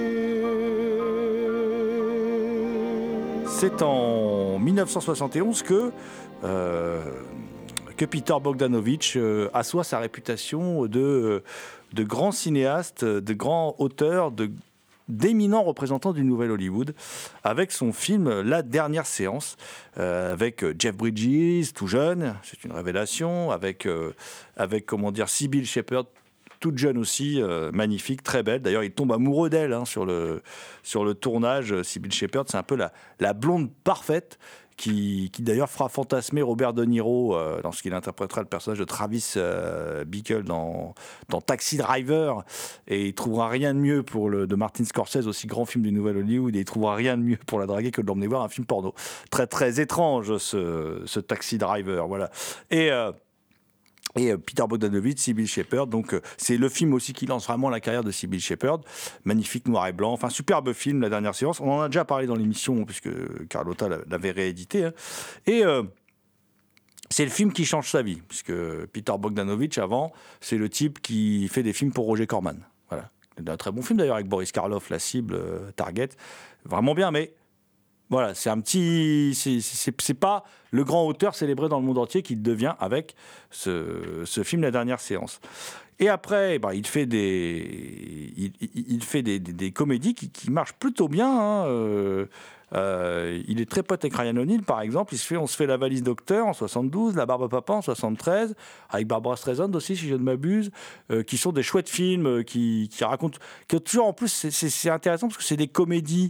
tears. c'est en dix-neuf cent soixante et onze que Euh, que Peter Bogdanovich euh, assoit sa réputation de, de grand cinéaste, de grand auteur, de, d'éminents représentants du Nouvel Hollywood, avec son film La Dernière Séance, euh, avec Jeff Bridges, tout jeune, c'est une révélation, avec, euh, avec comment dire, Sybil Shepherd, toute jeune aussi, euh, magnifique, très belle. D'ailleurs, il tombe amoureux d'elle hein, sur, le, sur le tournage. Sybil Shepherd, c'est un peu la, la blonde parfaite, qui, qui d'ailleurs fera fantasmer Robert De Niro euh, lorsqu'il interprétera le personnage de Travis euh, Bickle dans, dans Taxi Driver, et il trouvera rien de mieux pour le de Martin Scorsese, aussi grand film du Nouvel Hollywood, et il trouvera rien de mieux pour la draguer que de l'emmener voir un film porno. Très très étrange ce, ce Taxi Driver, voilà. Et euh, Et euh, Peter Bogdanovich, Sybil Shepherd, donc euh, c'est le film aussi qui lance vraiment la carrière de Sybil Shepherd. Magnifique noir et blanc, enfin superbe film, La Dernière Séance. On en a déjà parlé dans l'émission puisque Carlotta l'avait réédité. Hein. Et euh, c'est le film qui change sa vie, puisque Peter Bogdanovich avant, c'est le type qui fait des films pour Roger Corman. Voilà, c'est un très bon film d'ailleurs avec Boris Karloff, La Cible, euh, Target, vraiment bien, mais voilà, c'est un petit. C'est, c'est, c'est pas le grand auteur célébré dans le monde entier qu'il devient avec ce, ce film La Dernière Séance. Et après, bah, il fait des, il, il, il fait des, des, des comédies qui, qui marchent plutôt bien. Hein. Euh, euh, il est très pote avec Ryan O'Neal, par exemple. Il se fait, on se fait La Valise Docteur en soixante-douze, La Barbe à Papa en soixante-treize, avec Barbara Streisand aussi, si je ne m'abuse, euh, qui sont des chouettes films euh, qui, qui racontent. Que toujours, en plus, c'est, c'est, c'est intéressant parce que c'est des comédies.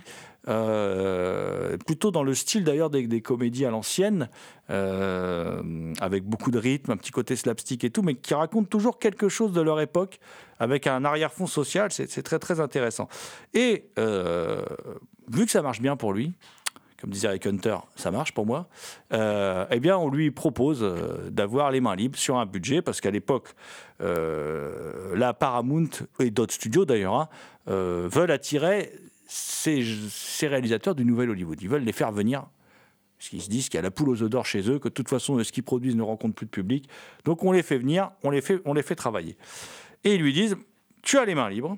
Euh, plutôt dans le style d'ailleurs des, des comédies à l'ancienne, euh, avec beaucoup de rythme, un petit côté slapstick et tout, mais qui racontent toujours quelque chose de leur époque, avec un arrière-fond social, c'est, c'est très très intéressant. Et euh, vu que ça marche bien pour lui, comme disait Rick Hunter, ça marche pour moi, euh, eh bien on lui propose euh, d'avoir les mains libres sur un budget, parce qu'à l'époque, euh, la Paramount, et d'autres studios d'ailleurs, hein, euh, veulent attirer Ces, ces réalisateurs du nouvel Hollywood. Ils veulent les faire venir, parce qu'ils se disent qu'il y a la poule aux œufs d'or chez eux, que de toute façon, ce qu'ils produisent ne rencontre plus de public. Donc on les fait venir, on les fait, on les fait travailler. Et ils lui disent, tu as les mains libres.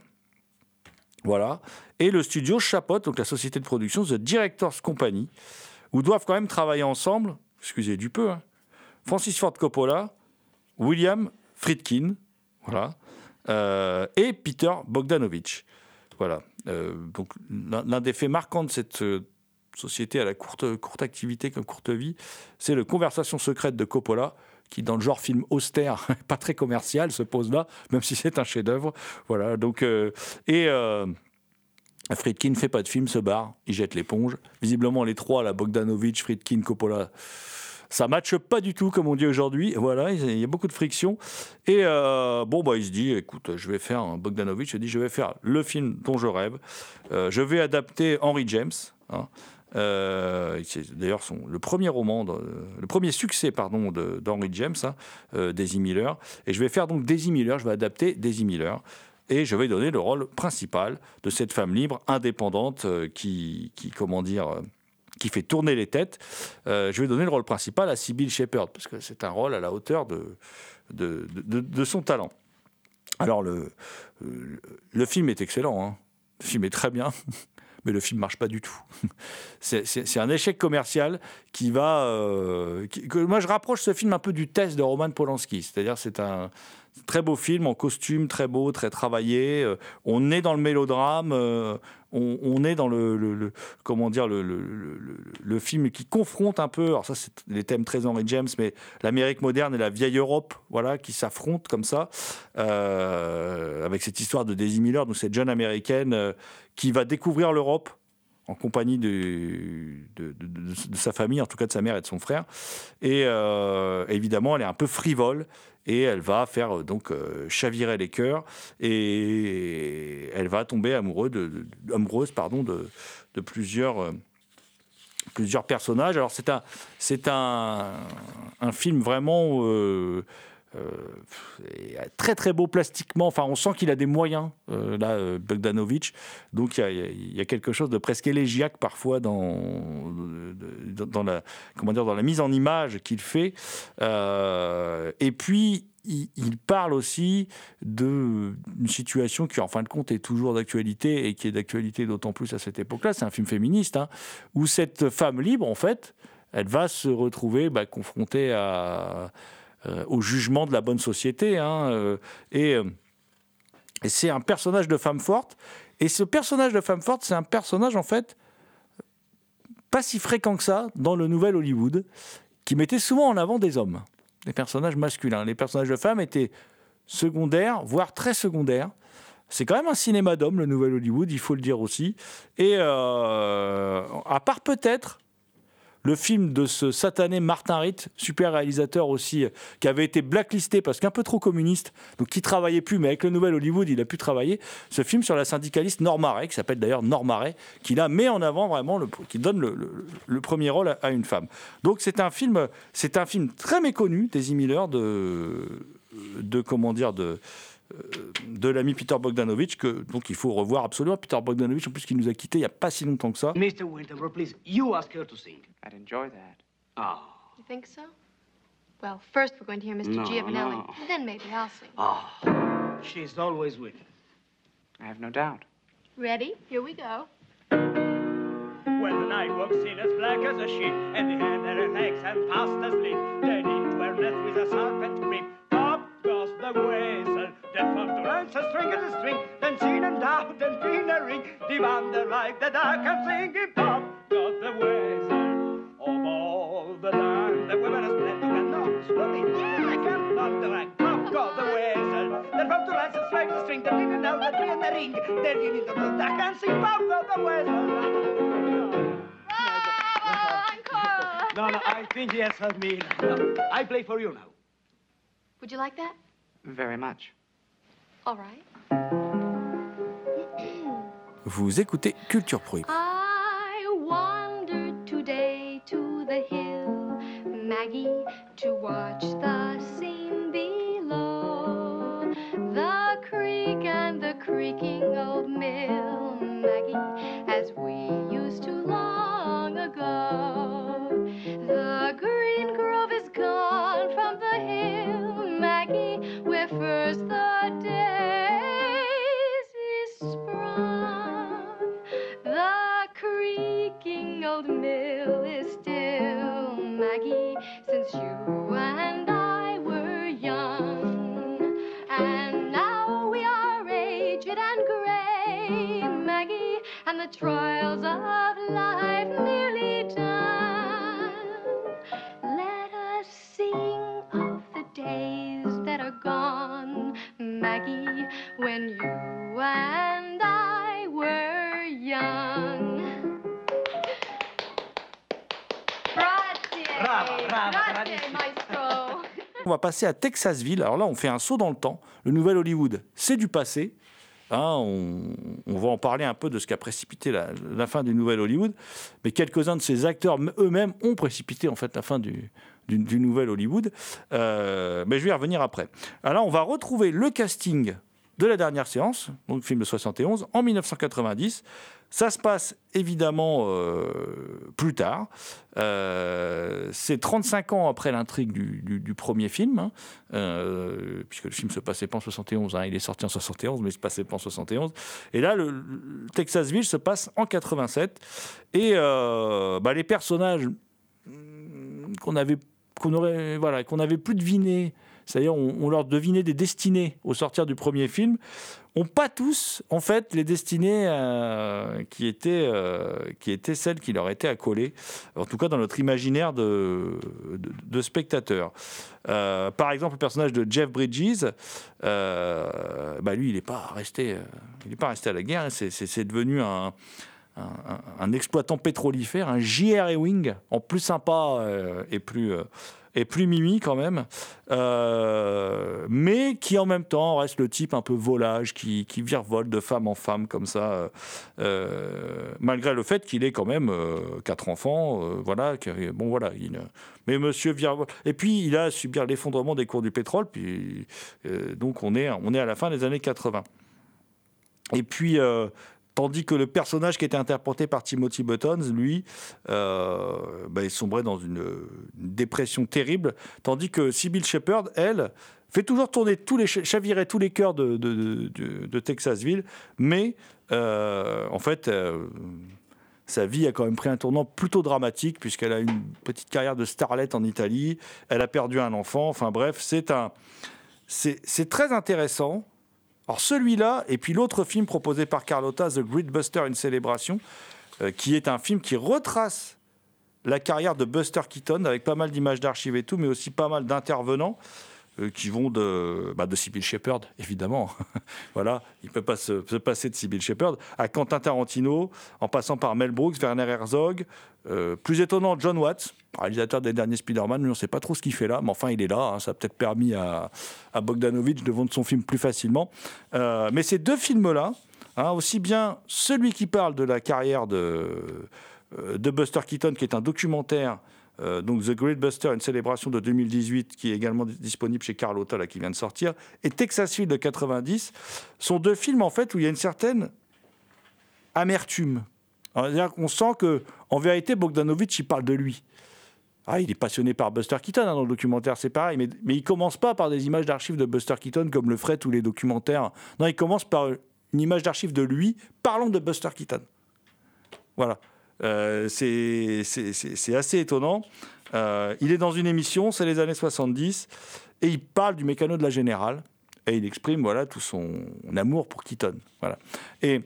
Voilà. Et le studio chapeaute, donc la société de production, The Directors Company, où doivent quand même travailler ensemble, excusez du peu, hein, Francis Ford Coppola, William Friedkin, voilà, euh, et Peter Bogdanovich. Voilà. Euh, donc, l'un, l'un des faits marquants de cette euh, société à la courte, courte activité comme courte vie, c'est le Conversation secrète de Coppola, qui, dans le genre film austère, pas très commercial, se pose là, même si c'est un chef-d'œuvre. Voilà. Donc, euh, et euh, Friedkin ne fait pas de film, se barre, il jette l'éponge. Visiblement, les trois, la Bogdanovich, Friedkin, Coppola, ça ne matche pas du tout, comme on dit aujourd'hui. Voilà, il y a beaucoup de friction. Et euh, bon, bah, il se dit, écoute, je vais faire un Bogdanovich, il dit, je vais faire le film dont je rêve. Euh, je vais adapter Henry James. Hein. Euh, c'est d'ailleurs son, le premier roman, de, le premier succès, pardon, de, d'Henry James, hein, euh, Daisy Miller. Et je vais faire donc Daisy Miller, je vais adapter Daisy Miller. Et je vais donner le rôle principal de cette femme libre, indépendante, euh, qui, qui, comment dire... Euh, qui fait tourner les têtes. Euh, je vais donner le rôle principal à Sybil Shepherd, parce que c'est un rôle à la hauteur de, de, de, de son talent. Alors, le, le, le film est excellent, hein. Le film est très bien, mais le film ne marche pas du tout. C'est, c'est, c'est un échec commercial qui va... Euh, qui, que, moi, je rapproche ce film un peu du Test de Roman Polanski, c'est-à-dire c'est un... très beau film, en costume, très beau, très travaillé. Euh, on est dans le mélodrame, euh, on, on est dans le, le, le comment dire, le, le, le, le film qui confronte un peu, alors ça c'est les thèmes très Henry James, mais l'Amérique moderne et la vieille Europe, voilà, qui s'affrontent comme ça, euh, avec cette histoire de Daisy Miller, donc cette jeune américaine euh, qui va découvrir l'Europe en compagnie de, de, de, de, de sa famille, en tout cas de sa mère et de son frère. Et euh, évidemment, elle est un peu frivole, et elle va faire donc euh, chavirer les cœurs, et elle va tomber amoureuse de, de, amoureuse, pardon, de, de plusieurs, euh, plusieurs personnages. Alors c'est un, c'est un, un film vraiment euh, euh, très très beau plastiquement. Enfin, on sent qu'il a des moyens, euh, là, euh, Bogdanovich. Donc il y a, il y a quelque chose de presque élégiaque parfois dans, dans, dans la, comment dire, dans la mise en image qu'il fait. Euh, et puis il, il parle aussi d'une situation qui, en fin de compte, est toujours d'actualité, et qui est d'actualité d'autant plus à cette époque-là. C'est un film féministe, hein, où cette femme libre, en fait, elle va se retrouver bah, confrontée à Euh, au jugement de la bonne société. Hein, euh, et, euh, et c'est un personnage de femme forte. Et ce personnage de femme forte, c'est un personnage, en fait, pas si fréquent que ça dans le nouvel Hollywood, qui mettait souvent en avant des hommes, des personnages masculins. Les personnages de femmes étaient secondaires, voire très secondaires. C'est quand même un cinéma d'hommes, le nouvel Hollywood, il faut le dire aussi. Et euh, à part peut-être le film de ce satané Martin Ritt, super réalisateur aussi, euh, qui avait été blacklisté parce qu'un peu trop communiste, donc qui travaillait plus, mais avec le nouvel Hollywood, il a pu travailler. Ce film sur la syndicaliste Norma Ray, qui s'appelle d'ailleurs Norma Ray, qui là met en avant vraiment, le, qui donne le, le, le premier rôle à, à une femme. Donc c'est un film, c'est un film très méconnu, Daisy Miller, de, de comment dire, de de l'ami Peter Bogdanovich, que donc il faut revoir absolument. Peter Bogdanovich, en plus, qui nous a quittés il n'y a pas si longtemps que ça. Mister Winterborough, please, you ask her to sing. I'd enjoy that. Ah. You think so? Well, first we're going to hear Mister No, Giovanelli. no. Then maybe I'll sing. Ah. She's always with me. I have no doubt. Ready? Here we go. When the night walks in as black as a sheet, and the hand that her legs and fast asleep, then into her nest with a serpent grip. Up goes the weasel, then from to lance a string and a string, then seen and out and clean a ring, the wonder like the dark and singing. Up goes the weasel, of all the land, the women are splendid and not slowly, I can't not the rank. Up goes the weasel, then from to lance a string and a string, then seen and out and clean a ring, then in the dark and sing. Up goes the weasel. No, no, I think he has heard me. No, I play for you now. Would you like that? Very much. All right. Vous écoutez Culture Prohibée. I wandered today to the hill, Maggie, to watch the scene below. The creek and the creaking old mill, Maggie, as we used to long ago. The green grove is gone from the hill, Maggie, where first the daisies sprung. The creaking old mill is still, Maggie, since you and I were young. And now we are aged and gray, Maggie, and the trials of life nearly done. Let us sing of the days that are gone, Maggie, when you and I were young. Grazie, Brava, brava, grazie, bravissima. maestro. On va passer à Texasville. Alors là, on fait un saut dans le temps. Le nouvel Hollywood, c'est du passé. Hein, on, on va en parler un peu de ce qui a précipité la, la fin du nouvel Hollywood. Mais quelques-uns de ces acteurs eux-mêmes ont précipité en fait la fin du, du, du nouvel Hollywood. Euh, mais je vais y revenir après. Alors, on va retrouver le casting de la dernière séance, donc film de soixante et onze, en dix-neuf cent quatre-vingt-dix. Ça se passe évidemment euh, plus tard. Euh, c'est trente-cinq ans après l'intrigue du, du, du premier film, hein, euh, puisque le film ne se passait pas en soixante et onze. Hein, il est sorti en soixante et onze, mais il ne se passait pas en soixante et onze. Et là, le, le Texasville se passe en quatre-vingt-sept. Et euh, bah, les personnages qu'on avait, qu'on aurait, voilà, qu'on avait plus devinés, c'est-à-dire on, on leur devinait des destinées au sortir du premier film, n'ont pas tous, en fait, les destinées euh, qui, étaient, euh, qui étaient celles qui leur étaient accolées, en tout cas dans notre imaginaire de, de, de spectateurs. Euh, par exemple, le personnage de Jeff Bridges, euh, bah lui, il n'est pas resté, il n'est pas resté à la guerre, c'est, c'est, c'est devenu un... Un, un, un exploitant pétrolifère, un J R Ewing, en plus sympa euh, et plus euh, et plus mimi quand même, euh, mais qui en même temps reste le type un peu volage qui, qui virevolte de femme en femme comme ça, euh, malgré le fait qu'il ait quand même euh, quatre enfants, euh, voilà, que, bon voilà, il, mais monsieur virevolte. Et puis il a à subir l'effondrement des cours du pétrole, puis euh, donc on est on est à la fin des années quatre-vingts. Et puis euh, tandis que le personnage qui était interprété par Timothy Buttons, lui, euh, bah, il sombrait dans une, une dépression terrible, tandis que Sybil Shepherd, elle, fait toujours tourner tous les chavirer tous les cœurs de, de, de, de, de Texasville, mais euh, en fait, euh, sa vie a quand même pris un tournant plutôt dramatique, puisqu'elle a une petite carrière de starlette en Italie, elle a perdu un enfant, enfin bref, c'est, un, c'est, c'est très intéressant. Alors celui-là, et puis l'autre film proposé par Carlotta, The Great Buster in Celebration, euh, qui est un film qui retrace la carrière de Buster Keaton, avec pas mal d'images d'archives et tout, mais aussi pas mal d'intervenants. euh, qui vont de, bah, de Sybil Shepherd, évidemment. Voilà, il ne peut pas se, se passer de Sybil Shepherd, à Quentin Tarantino, en passant par Mel Brooks, Werner Herzog. Euh, plus étonnant, John Watts, réalisateur des derniers Spider-Man. Lui, on ne sait pas trop ce qu'il fait là, mais enfin, il est là. Hein, ça a peut-être permis à, à Bogdanovich de vendre son film plus facilement. Euh, mais ces deux films-là, hein, aussi bien celui qui parle de la carrière de, de Buster Keaton, qui est un documentaire, Euh, donc The Great Buster, une célébration de deux mille dix-huit qui est également disponible chez Carlotta, là, qui vient de sortir, et Texasville de quatre-vingt-dix, sont deux films en fait où il y a une certaine amertume. C'est-à-dire qu'on sent que, en vérité, Bogdanovich, il parle de lui. Ah, il est passionné par Buster Keaton, hein, dans le documentaire, c'est pareil, mais, mais il commence pas par des images d'archives de Buster Keaton comme le feraient tous les documentaires. Non, il commence par une image d'archive de lui parlant de Buster Keaton. Voilà. Euh, c'est, c'est, c'est, c'est assez étonnant. Euh, il est dans une émission, c'est les années soixante-dix, et il parle du mécano de la Générale, et il exprime voilà, tout son amour pour Keaton. Voilà. Et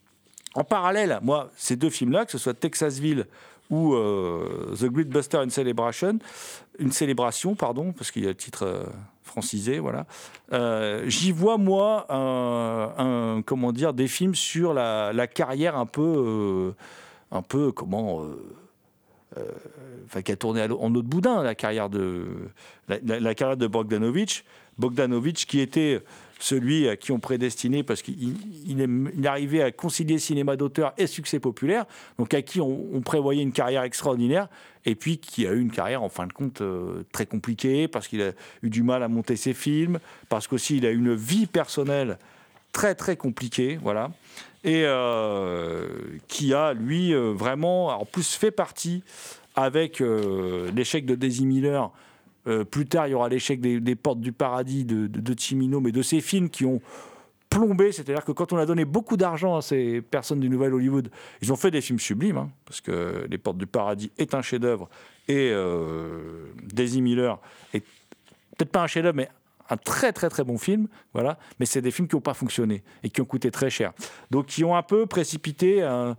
en parallèle, moi, ces deux films-là, que ce soit Texasville ou euh, The Great Buster, une célébration, une célébration, pardon, parce qu'il y a le titre euh, francisé, voilà. Euh, j'y vois moi, un, un, comment dire, des films sur la, la carrière un peu. Euh, un peu, comment... Euh, euh, enfin, qui a tourné en autre boudin, la carrière de, la, la, la carrière de Bogdanovich. Bogdanovich, qui était celui à qui on prédestinait, parce qu'il il, il arrivait à concilier cinéma d'auteur et succès populaire, donc à qui on, on prévoyait une carrière extraordinaire, et puis qui a eu une carrière, en fin de compte, euh, très compliquée, parce qu'il a eu du mal à monter ses films, parce qu'aussi il a eu une vie personnelle très, très compliquée, voilà. Et euh, qui a, lui, euh, vraiment, en plus, fait partie avec euh, l'échec de Daisy Miller. Euh, plus tard, il y aura l'échec des, des Portes du Paradis de, de, de Cimino, mais de ces films qui ont plombé. C'est-à-dire que quand on a donné beaucoup d'argent à ces personnes du Nouvel Hollywood, ils ont fait des films sublimes, hein, parce que Les Portes du Paradis est un chef-d'œuvre, et euh, Daisy Miller est peut-être pas un chef-d'œuvre, mais un très très très bon film, voilà. Mais c'est des films qui n'ont pas fonctionné et qui ont coûté très cher. Donc qui ont un peu précipité euh,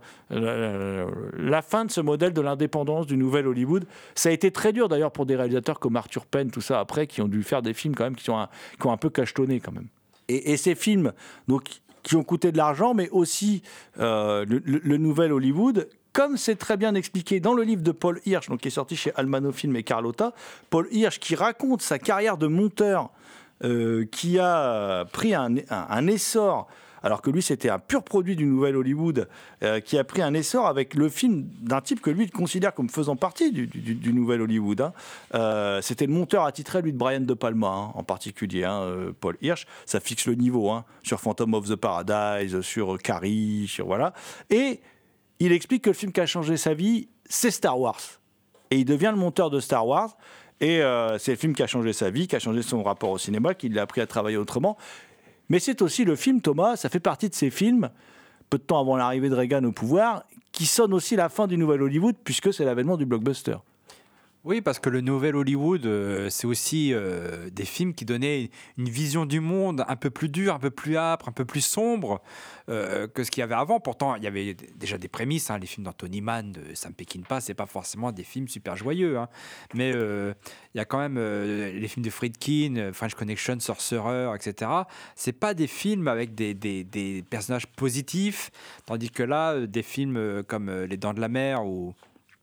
la, la fin de ce modèle de l'indépendance du Nouvel Hollywood. Ça a été très dur d'ailleurs pour des réalisateurs comme Arthur Penn, tout ça après, qui ont dû faire des films quand même qui, sont un, qui ont un peu cachetonné quand même. Et, et ces films, donc, qui ont coûté de l'argent, mais aussi euh, le, le, le Nouvel Hollywood. Comme c'est très bien expliqué dans le livre de Paul Hirsch, donc qui est sorti chez Almano Film et Carlotta, Paul Hirsch qui raconte sa carrière de monteur euh, qui a pris un, un, un essor, alors que lui c'était un pur produit du Nouvel Hollywood, euh, qui a pris un essor avec le film d'un type que lui il considère comme faisant partie du, du, du Nouvel Hollywood. Hein. Euh, c'était le monteur attitré, lui, de Brian De Palma, hein, en particulier, hein, euh, Paul Hirsch. Ça fixe le niveau, hein, sur Phantom of the Paradise, sur Carrie, sur voilà. Et il explique que le film qui a changé sa vie, c'est Star Wars. Et il devient le monteur de Star Wars. Et euh, c'est le film qui a changé sa vie, qui a changé son rapport au cinéma, qui l'a appris à travailler autrement. Mais c'est aussi le film, Thomas, ça fait partie de ces films, peu de temps avant l'arrivée de Reagan au pouvoir, qui sonne aussi la fin du Nouvel Hollywood, puisque c'est l'avènement du blockbuster. Oui, parce que le Nouvel Hollywood, euh, c'est aussi euh, des films qui donnaient une vision du monde un peu plus dure, un peu plus âpre, un peu plus sombre euh, que ce qu'il y avait avant. Pourtant, il y avait déjà des prémices. Hein, les films d'Anthony Mann, de Sam Peckinpah, c'est pas forcément des films super joyeux. Hein. Mais euh, il y a quand même euh, les films de Friedkin, French Connection, Sorcerer, et cetera. C'est pas des films avec des, des, des personnages positifs, tandis que là, des films comme Les Dents de la Mer ou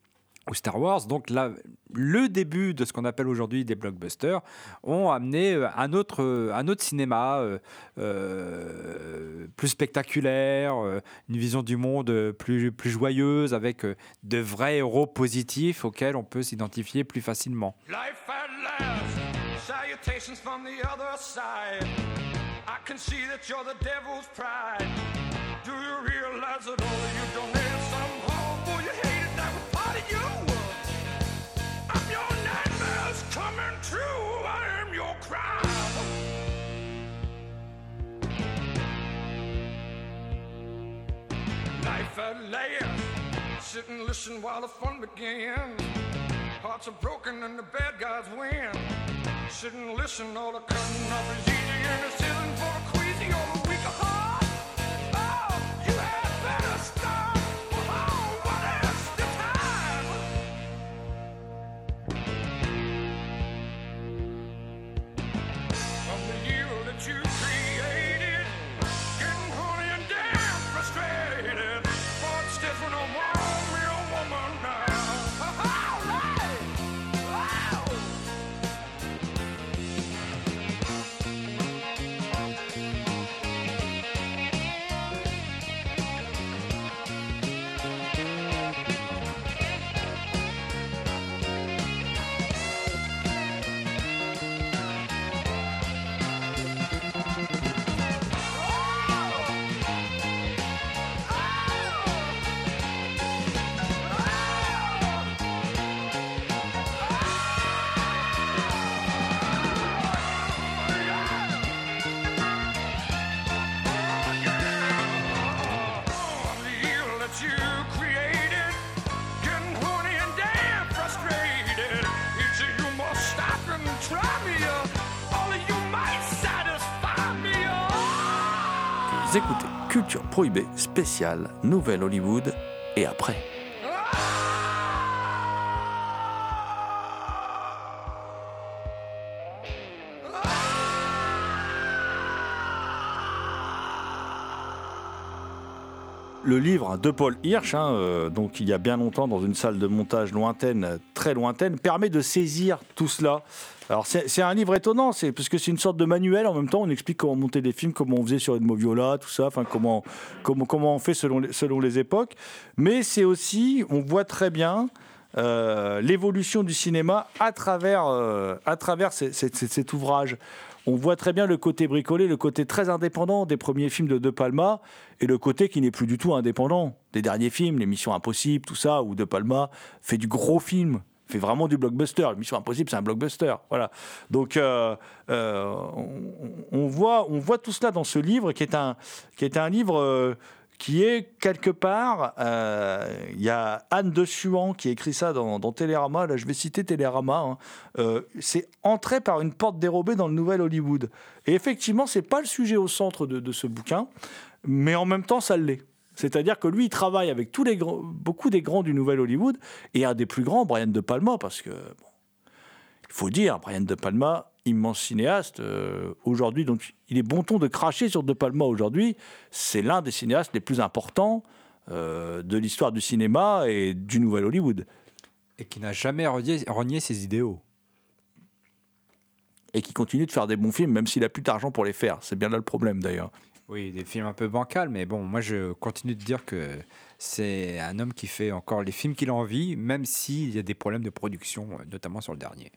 ou Star Wars, donc là, le début de ce qu'on appelle aujourd'hui des blockbusters, ont amené un autre, un autre cinéma euh, euh, plus spectaculaire, euh, une vision du monde plus, plus joyeuse, avec euh, de vrais héros positifs auxquels on peut s'identifier plus facilement. Life at last, salutations from the other side. I can see that you're the devil's pride. Do you realize that all of you don't have some hope? For you hate it, that was part of you. I'm your nightmares coming true. I am your crime. Life at last, sit and listen while the fun begins. Hearts are broken and the bad guys win. Sit and listen, all the cutting up is easy and it's isn't for the queasy or the weak of heart. Oh, you had better stop. Oh, what is the time? écoutez Culture Prohibée spéciale Nouvelle Hollywood et après. Le livre de Paul Hirsch, hein, euh, donc il y a bien longtemps dans une salle de montage lointaine, très lointaine, permet de saisir tout cela. Alors c'est, c'est un livre étonnant, c'est, parce que c'est une sorte de manuel en même temps, on explique comment monter des films, comment on faisait sur Edmo Viola, tout ça, enfin comment, comment, comment on fait selon les, selon les époques. Mais c'est aussi, on voit très bien euh, l'évolution du cinéma à travers, euh, à travers ces, ces, ces, cet ouvrage. On voit très bien le côté bricolé, le côté très indépendant des premiers films de De Palma et le côté qui n'est plus du tout indépendant des derniers films, les Missions Impossibles, tout ça, où De Palma fait du gros film, fait vraiment du blockbuster. Mission Impossible, c'est un blockbuster. Voilà. Donc, euh, euh, on, on, voit, on voit tout cela dans ce livre qui est un, qui est un livre... Euh, qui est quelque part, il euh, y a Anne de Suan qui écrit ça dans, dans Télérama, là je vais citer Télérama, hein. euh, c'est entrer par une porte dérobée dans le nouvel Hollywood. Et effectivement, c'est pas le sujet au centre de, de ce bouquin, mais en même temps, ça l'est. C'est-à-dire que lui, il travaille avec tous les grands, beaucoup des grands du nouvel Hollywood, et un des plus grands, Brian De Palma, parce que, bon, il faut dire, Brian De Palma, immense cinéaste, euh, aujourd'hui, donc il est bon ton de cracher sur De Palma aujourd'hui, c'est l'un des cinéastes les plus importants euh, de l'histoire du cinéma et du nouvel Hollywood. Et qui n'a jamais renié, renié ses idéaux. Et qui continue de faire des bons films, même s'il n'a plus d'argent pour les faire. C'est bien là le problème, d'ailleurs. Oui, des films un peu bancals, mais bon, moi je continue de dire que c'est un homme qui fait encore les films qu'il a envie, même s'il y a des problèmes de production, notamment sur le dernier.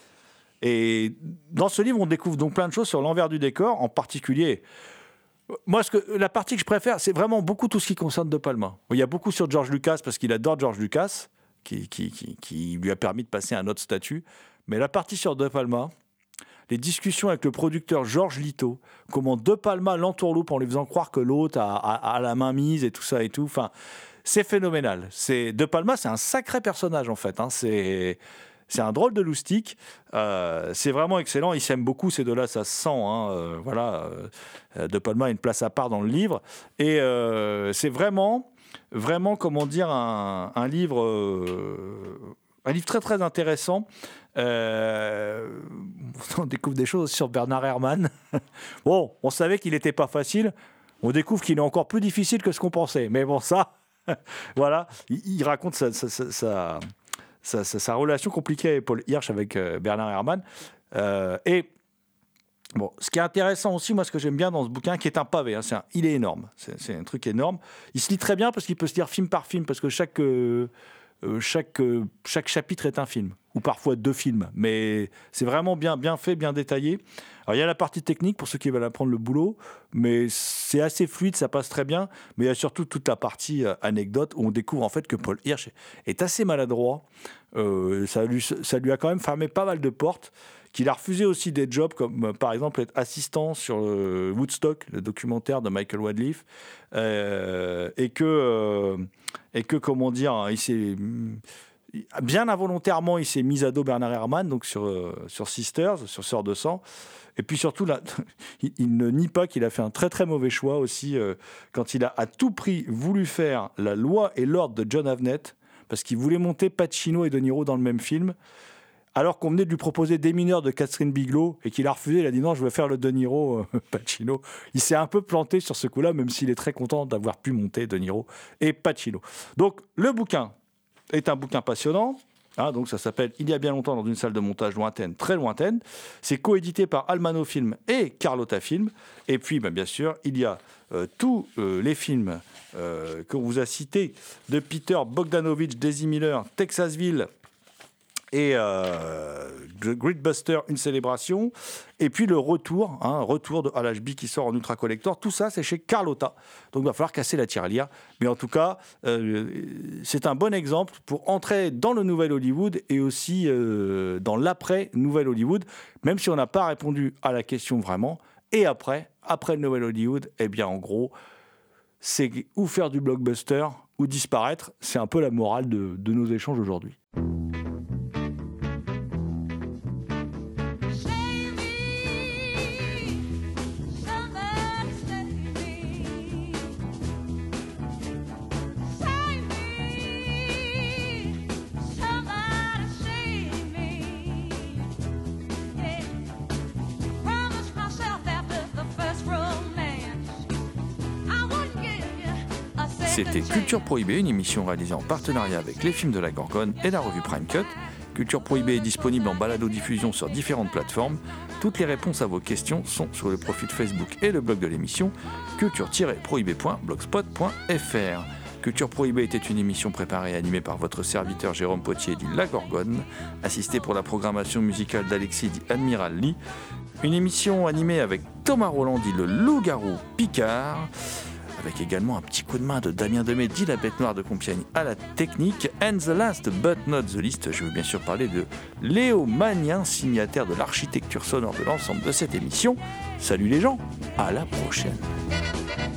Et dans ce livre, on découvre donc plein de choses sur l'envers du décor, en particulier. Moi, ce que, la partie que je préfère, c'est vraiment beaucoup tout ce qui concerne De Palma. Il y a beaucoup sur George Lucas, parce qu'il adore George Lucas, qui, qui, qui, qui lui a permis de passer à un autre statut. Mais la partie sur De Palma, les discussions avec le producteur Georges Lito, comment De Palma l'entourloupe en lui faisant croire que l'autre a, a, a la main mise et tout ça et tout. Enfin, c'est phénoménal. C'est, De Palma, c'est un sacré personnage, en fait. Hein. C'est... C'est un drôle de loustique, euh, c'est vraiment excellent, ils s'aiment beaucoup ces deux-là, ça se sent, hein, euh, voilà, euh, De Palma a une place à part dans le livre, et euh, c'est vraiment, vraiment, comment dire, un, un livre, euh, un livre très très intéressant. Euh, on découvre des choses sur Bernard Herrmann. Bon, on savait qu'il n'était pas facile, on découvre qu'il est encore plus difficile que ce qu'on pensait, mais bon, ça, voilà, il, il raconte ça. ça, ça, ça Sa, sa, sa relation compliquée avec Paul Hirsch, avec euh, Bernard Herrmann. Euh, et bon, ce qui est intéressant aussi, moi, ce que j'aime bien dans ce bouquin, qui est un pavé, hein, c'est un, il est énorme. C'est, c'est un truc énorme. Il se lit très bien parce qu'il peut se lire film par film, parce que chaque, euh, euh, chaque, euh, chaque chapitre est un film, ou parfois deux films. Mais c'est vraiment bien, bien fait, bien détaillé. Alors, il y a la partie technique pour ceux qui veulent apprendre le boulot, mais c'est assez fluide, ça passe très bien. Mais il y a surtout toute la partie euh, anecdote où on découvre en fait que Paul Hirsch est assez maladroit. Euh, ça, lui, ça lui a quand même fermé pas mal de portes. Qu'il a refusé aussi des jobs comme euh, par exemple être assistant sur euh, Woodstock, le documentaire de Michael Wadleigh, euh, et que euh, et que comment dire, il s'est bien involontairement, il s'est mis à dos Bernard Herrmann, donc sur euh, sur Sisters, sur Sœurs de sang. Et puis surtout, là, il, il ne nie pas qu'il a fait un très très mauvais choix aussi euh, quand il a à tout prix voulu faire La loi et l'ordre de John Avnet, parce qu'il voulait monter Pacino et De Niro dans le même film, alors qu'on venait de lui proposer Des mineurs de Catherine Bigelow et qu'il a refusé. Il a dit non, je veux faire le De Niro euh, Pacino. Il s'est un peu planté sur ce coup-là, même s'il est très content d'avoir pu monter De Niro et Pacino. Donc le bouquin est un bouquin passionnant. Hein, donc ça s'appelle Il y a bien longtemps dans une salle de montage lointaine, très lointaine. C'est coédité par Almano Film et Carlotta Film. Et puis, ben, bien sûr, il y a euh, tous euh, les films euh, qu'on vous a cités de Peter Bogdanovich, Daisy Miller, Texasville et euh, Gridbuster, une célébration. Et puis le retour, hein, retour de Al H B qui sort en Ultra Collector. Tout ça, c'est chez Carlotta. Donc il va falloir casser la tirelire. Mais en tout cas, euh, c'est un bon exemple pour entrer dans le nouvel Hollywood et aussi euh, dans l'après-nouvel Hollywood, même si on n'a pas répondu à la question vraiment. Et après, après le nouvel Hollywood, eh bien en gros, c'est ou faire du blockbuster ou disparaître. C'est un peu la morale de, de nos échanges aujourd'hui. Save me, somebody save me. C'était Culture Prohibée, une émission réalisée en partenariat avec les films de la Gorgone et la revue Prime Cut. Culture Prohibée est disponible en balado-diffusion sur différentes plateformes. Toutes les réponses à vos questions sont sur le profil Facebook et le blog de l'émission culture tiret prohibée point blogspot point f r. Culture Prohibée était une émission préparée et animée par votre serviteur Jérôme Potier dit La Gorgone, assisté pour la programmation musicale d'Alexis dit Admiral Lee. Une émission animée avec Thomas Roland dit Le Loup-garou Picard, avec également un petit coup de main de Damien Demet dit La Bête Noire de Compiègne à la technique. And the last but not the least, je veux bien sûr parler de Léo Magnin, signataire de l'architecture sonore de l'ensemble de cette émission. Salut les gens, à la prochaine.